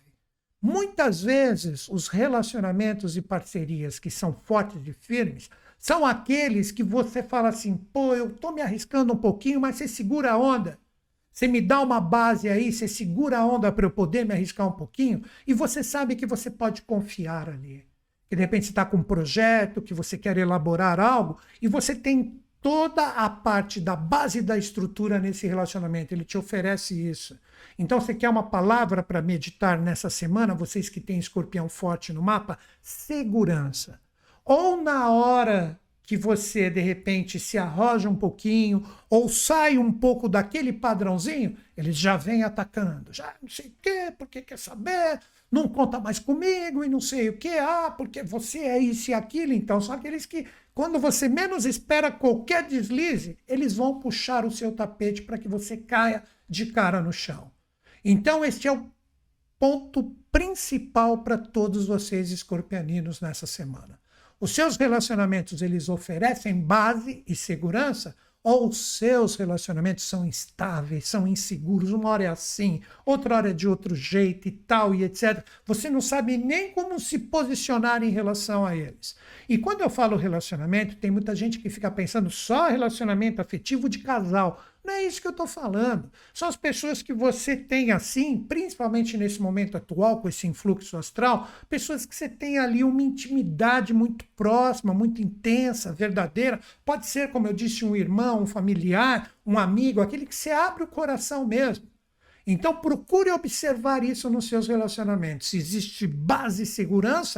Muitas vezes, os relacionamentos e parcerias que são fortes e firmes são aqueles que você fala assim, pô, eu estou me arriscando um pouquinho, mas você segura a onda. Você me dá uma base aí, você segura a onda para eu poder me arriscar um pouquinho, e você sabe que você pode confiar ali. Que de repente você está com um projeto, que você quer elaborar algo, e você tem toda a parte da base da estrutura nesse relacionamento. Ele te oferece isso. Então, você quer uma palavra para meditar nessa semana, vocês que têm escorpião forte no mapa? Segurança. Ou na hora que você, de repente, se arroja um pouquinho ou sai um pouco daquele padrãozinho, eles já vêm atacando. Já não sei o quê, porque quer saber, não conta mais comigo e não sei o quê. Ah, porque você é isso e aquilo. Então, são aqueles que, quando você menos espera qualquer deslize, eles vão puxar o seu tapete para que você caia de cara no chão. Então, este é o ponto principal para todos vocês escorpianinos nessa semana. Os seus relacionamentos, eles oferecem base e segurança, ou os seus relacionamentos são instáveis, são inseguros, uma hora é assim, outra hora é de outro jeito e tal e etcétera. Você não sabe nem como se posicionar em relação a eles. E quando eu falo relacionamento, tem muita gente que fica pensando só relacionamento afetivo de casal. Não é isso que eu estou falando. São as pessoas que você tem assim, principalmente nesse momento atual, com esse influxo astral, pessoas que você tem ali uma intimidade muito próxima, muito intensa, verdadeira. Pode ser, como eu disse, um irmão, um familiar, um amigo, aquele que você abre o coração mesmo. Então procure observar isso nos seus relacionamentos. Se existe base e segurança,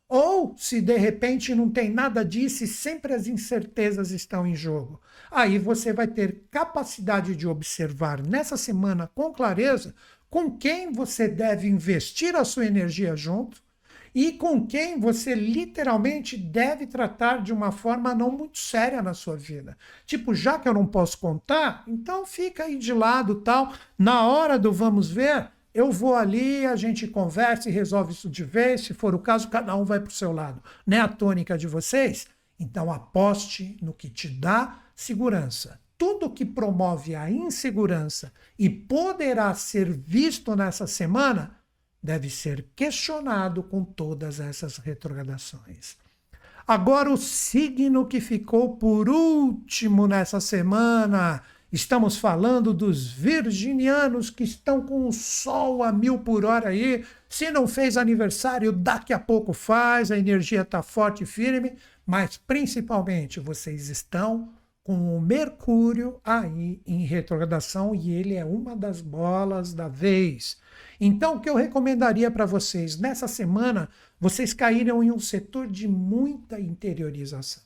Ou se de repente não tem nada disso e sempre as incertezas estão em jogo. Aí você vai ter capacidade de observar nessa semana com clareza com quem você deve investir a sua energia junto e com quem você literalmente deve tratar de uma forma não muito séria na sua vida. Tipo, já que eu não posso contar, então fica aí de lado, tal. Na hora do vamos ver, eu vou ali, a gente conversa e resolve isso de vez. Se for o caso, cada um vai para o seu lado. Não é a tônica de vocês? Então aposte no que te dá segurança. Tudo que promove a insegurança e poderá ser visto nessa semana deve ser questionado com todas essas retrogradações. Agora, o signo que ficou por último nessa semana. Estamos falando dos virginianos que estão com o sol a mil por hora aí. Se não fez aniversário, daqui a pouco faz. A energia está forte e firme. Mas, principalmente, vocês estão com o Mercúrio aí em retrogradação e ele é uma das bolas da vez. Então, o que eu recomendaria para vocês nessa semana, vocês caíram em um setor de muita interiorização.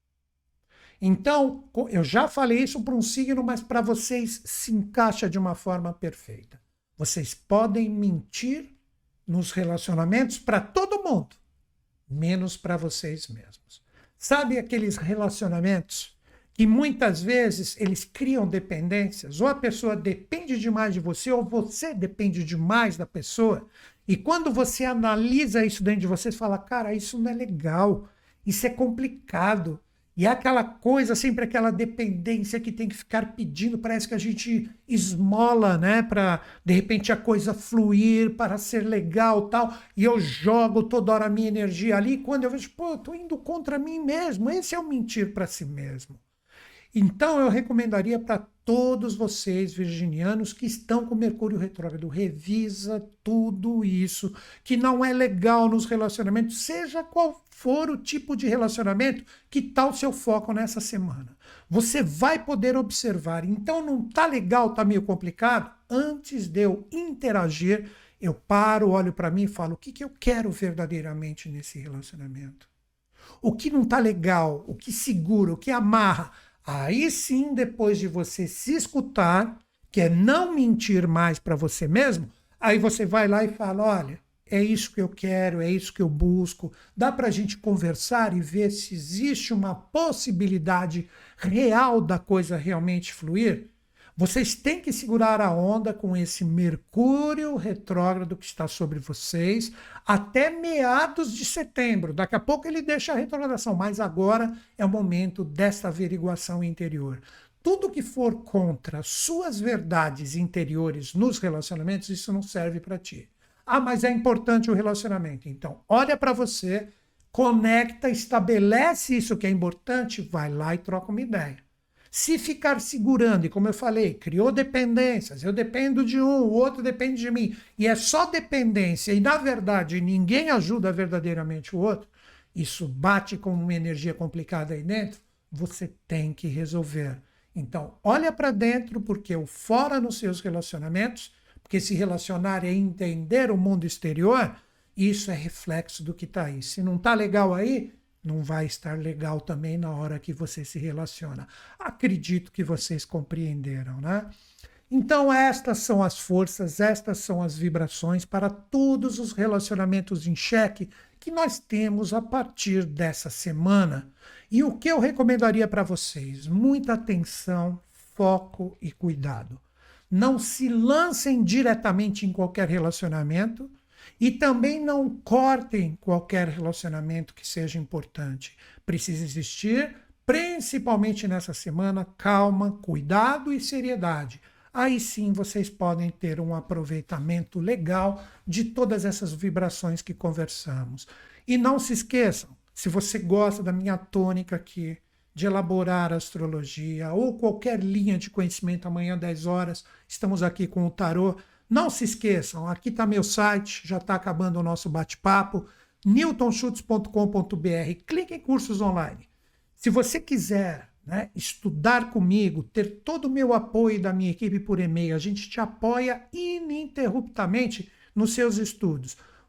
Então, eu já falei isso para um signo, mas para vocês se encaixa de uma forma perfeita. Vocês podem mentir nos relacionamentos para todo mundo, menos para vocês mesmos. Sabe aqueles relacionamentos que muitas vezes eles criam dependências, ou a pessoa depende demais de você, ou você depende demais da pessoa, e quando você analisa isso dentro de você, você fala, cara, isso não é legal, isso é complicado, e é aquela coisa, sempre aquela dependência que tem que ficar pedindo, parece que a gente esmola, né, para de repente a coisa fluir, para ser legal tal, e eu jogo toda hora a minha energia ali, e quando eu vejo, pô, eu tô indo contra mim mesmo, esse é o mentir para si mesmo. Então, eu recomendaria para todos vocês, virginianos, que estão com Mercúrio retrógrado, revisa tudo isso, que não é legal nos relacionamentos, seja qual for o tipo de relacionamento, que tal o seu foco nessa semana. Você vai poder observar, então não tá legal, tá meio complicado? Antes de eu interagir, eu paro, olho para mim e falo, o que, que eu quero verdadeiramente nesse relacionamento? O que não tá legal, o que segura, o que amarra? Aí sim, depois de você se escutar, que é não mentir mais para você mesmo, aí você vai lá e fala, olha, é isso que eu quero, é isso que eu busco. Dá para a gente conversar e ver se existe uma possibilidade real da coisa realmente fluir? Vocês têm que segurar a onda com esse Mercúrio retrógrado que está sobre vocês até meados de setembro. Daqui a pouco ele deixa a retrogradação, mas agora é o momento dessa averiguação interior. Tudo que for contra suas verdades interiores nos relacionamentos, isso não serve para ti. Ah, mas é importante o relacionamento. Então, olha para você, conecta, estabelece isso que é importante, vai lá e troca uma ideia. Se ficar segurando, e como eu falei, criou dependências, eu dependo de um, o outro depende de mim, e é só dependência, e na verdade ninguém ajuda verdadeiramente o outro, isso bate com uma energia complicada aí dentro, você tem que resolver. Então, olha para dentro, porque o fora nos seus relacionamentos, porque se relacionar é entender o mundo exterior, isso é reflexo do que está aí. Se não está legal aí, não vai estar legal também na hora que você se relaciona. Acredito que vocês compreenderam, né? Então, estas são as forças, estas são as vibrações para todos os relacionamentos em xeque que nós temos a partir dessa semana. E o que eu recomendaria para vocês? Muita atenção, foco e cuidado. Não se lancem diretamente em qualquer relacionamento, e também não cortem qualquer relacionamento que seja importante. Precisa existir, principalmente nessa semana, calma, cuidado e seriedade. Aí sim vocês podem ter um aproveitamento legal de todas essas vibrações que conversamos. E não se esqueçam, se você gosta da minha tônica aqui, de elaborar astrologia ou qualquer linha de conhecimento, amanhã, dez horas, estamos aqui com o tarô. Não se esqueçam, aqui está meu site, já está acabando o nosso bate-papo, newton schultz ponto com ponto b r. Clique em cursos online. Se você quiser, né, estudar comigo, ter todo o meu apoio da minha equipe por e-mail, a gente te apoia ininterruptamente nos seus estudos.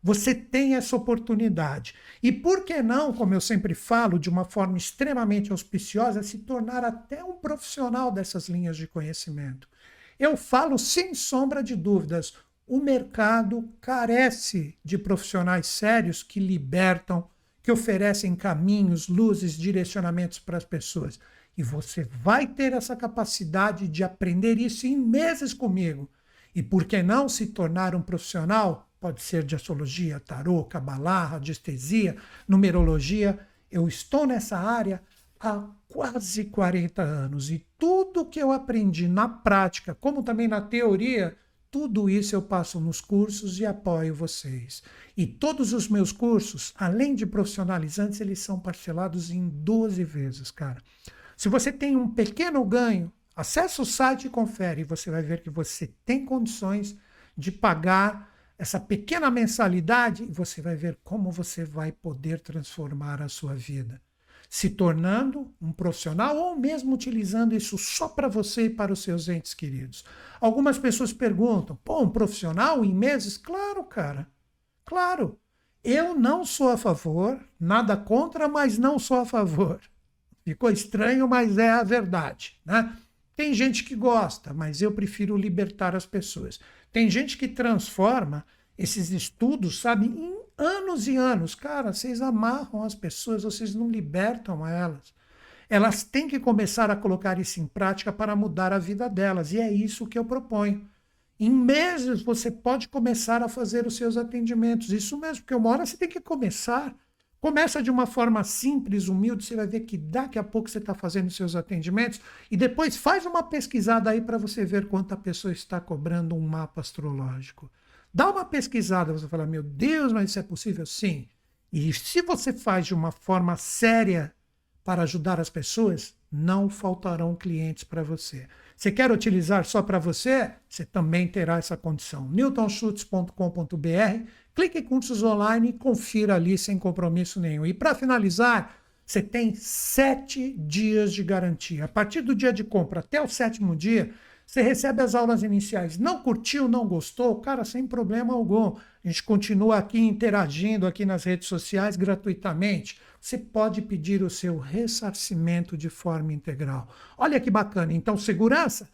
Você tem essa oportunidade. E por que não, como eu sempre falo, de uma forma extremamente auspiciosa, se tornar até um profissional dessas linhas de conhecimento? Eu falo sem sombra de dúvidas, o mercado carece de profissionais sérios que libertam, que oferecem caminhos, luzes, direcionamentos para as pessoas. E você vai ter essa capacidade de aprender isso em meses comigo. E por que não se tornar um profissional? Pode ser de astrologia, tarô, cabalá, radiestesia, numerologia. Eu estou nessa área há quase quarenta anos e tudo que eu aprendi na prática, como também na teoria, tudo isso eu passo nos cursos e apoio vocês. E todos os meus cursos, além de profissionalizantes, eles são parcelados em doze vezes, cara. Se você tem um pequeno ganho, acessa o site e confere. E você vai ver que você tem condições de pagar essa pequena mensalidade e você vai ver como você vai poder transformar a sua vida, se tornando um profissional ou mesmo utilizando isso só para você e para os seus entes queridos. Algumas pessoas perguntam, pô, um profissional em meses? Claro, cara, claro. Eu não sou a favor, nada contra, mas não sou a favor. Ficou estranho, mas é a verdade, né? Tem gente que gosta, mas eu prefiro libertar as pessoas. Tem gente que transforma esses estudos, sabe, em anos e anos. Cara, vocês amarram as pessoas, vocês não libertam elas. Elas têm que começar a colocar isso em prática para mudar a vida delas. E é isso que eu proponho. Em meses você pode começar a fazer os seus atendimentos. Isso mesmo, porque uma hora você tem que começar. Começa de uma forma simples, humilde, você vai ver que daqui a pouco você está fazendo seus atendimentos e depois faz uma pesquisada aí para você ver quanto a pessoa está cobrando um mapa astrológico. Dá uma pesquisada, você fala, meu Deus, mas isso é possível? Sim. E se você faz de uma forma séria para ajudar as pessoas, não faltarão clientes para você. Você quer utilizar só para você? Você também terá essa condição. newton schultz ponto com ponto b r, clique em cursos online e confira ali sem compromisso nenhum. E para finalizar, você tem sete dias de garantia. A partir do dia de compra até o sétimo dia, você recebe as aulas iniciais. Não curtiu, não gostou? Cara, sem problema algum. A gente continua aqui interagindo aqui nas redes sociais gratuitamente. Você pode pedir o seu ressarcimento de forma integral. Olha que bacana. Então, segurança,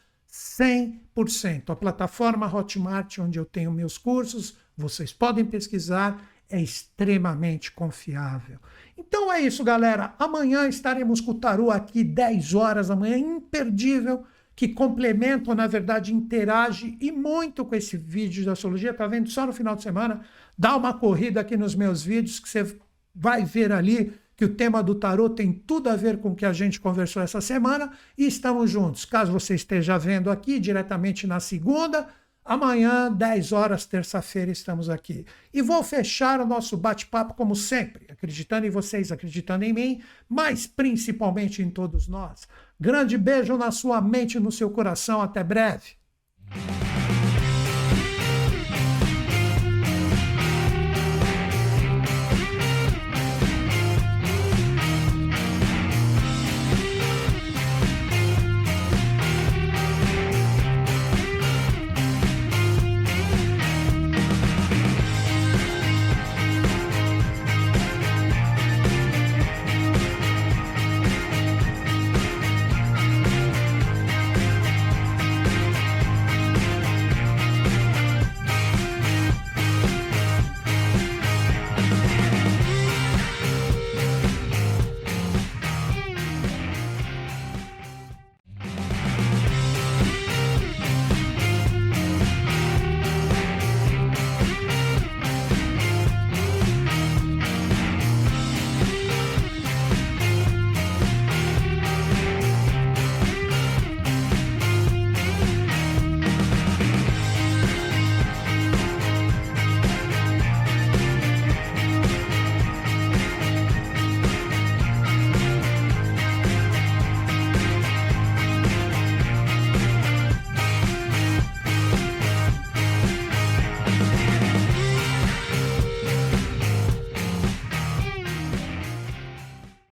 cem por cento. A plataforma Hotmart, onde eu tenho meus cursos, vocês podem pesquisar, é extremamente confiável. Então é isso, galera. Amanhã estaremos com o tarô aqui, dez horas da manhã, imperdível, que complementa, ou na verdade interage e muito com esse vídeo de astrologia. Tá vendo? Só no final de semana, dá uma corrida aqui nos meus vídeos que você vai ver ali que o tema do tarô tem tudo a ver com o que a gente conversou essa semana e estamos juntos. Caso você esteja vendo aqui diretamente na segunda, amanhã, dez horas, terça-feira, estamos aqui. E vou fechar o nosso bate-papo como sempre, acreditando em vocês, acreditando em mim, mas principalmente em todos nós. Grande beijo na sua mente e no seu coração. Até breve.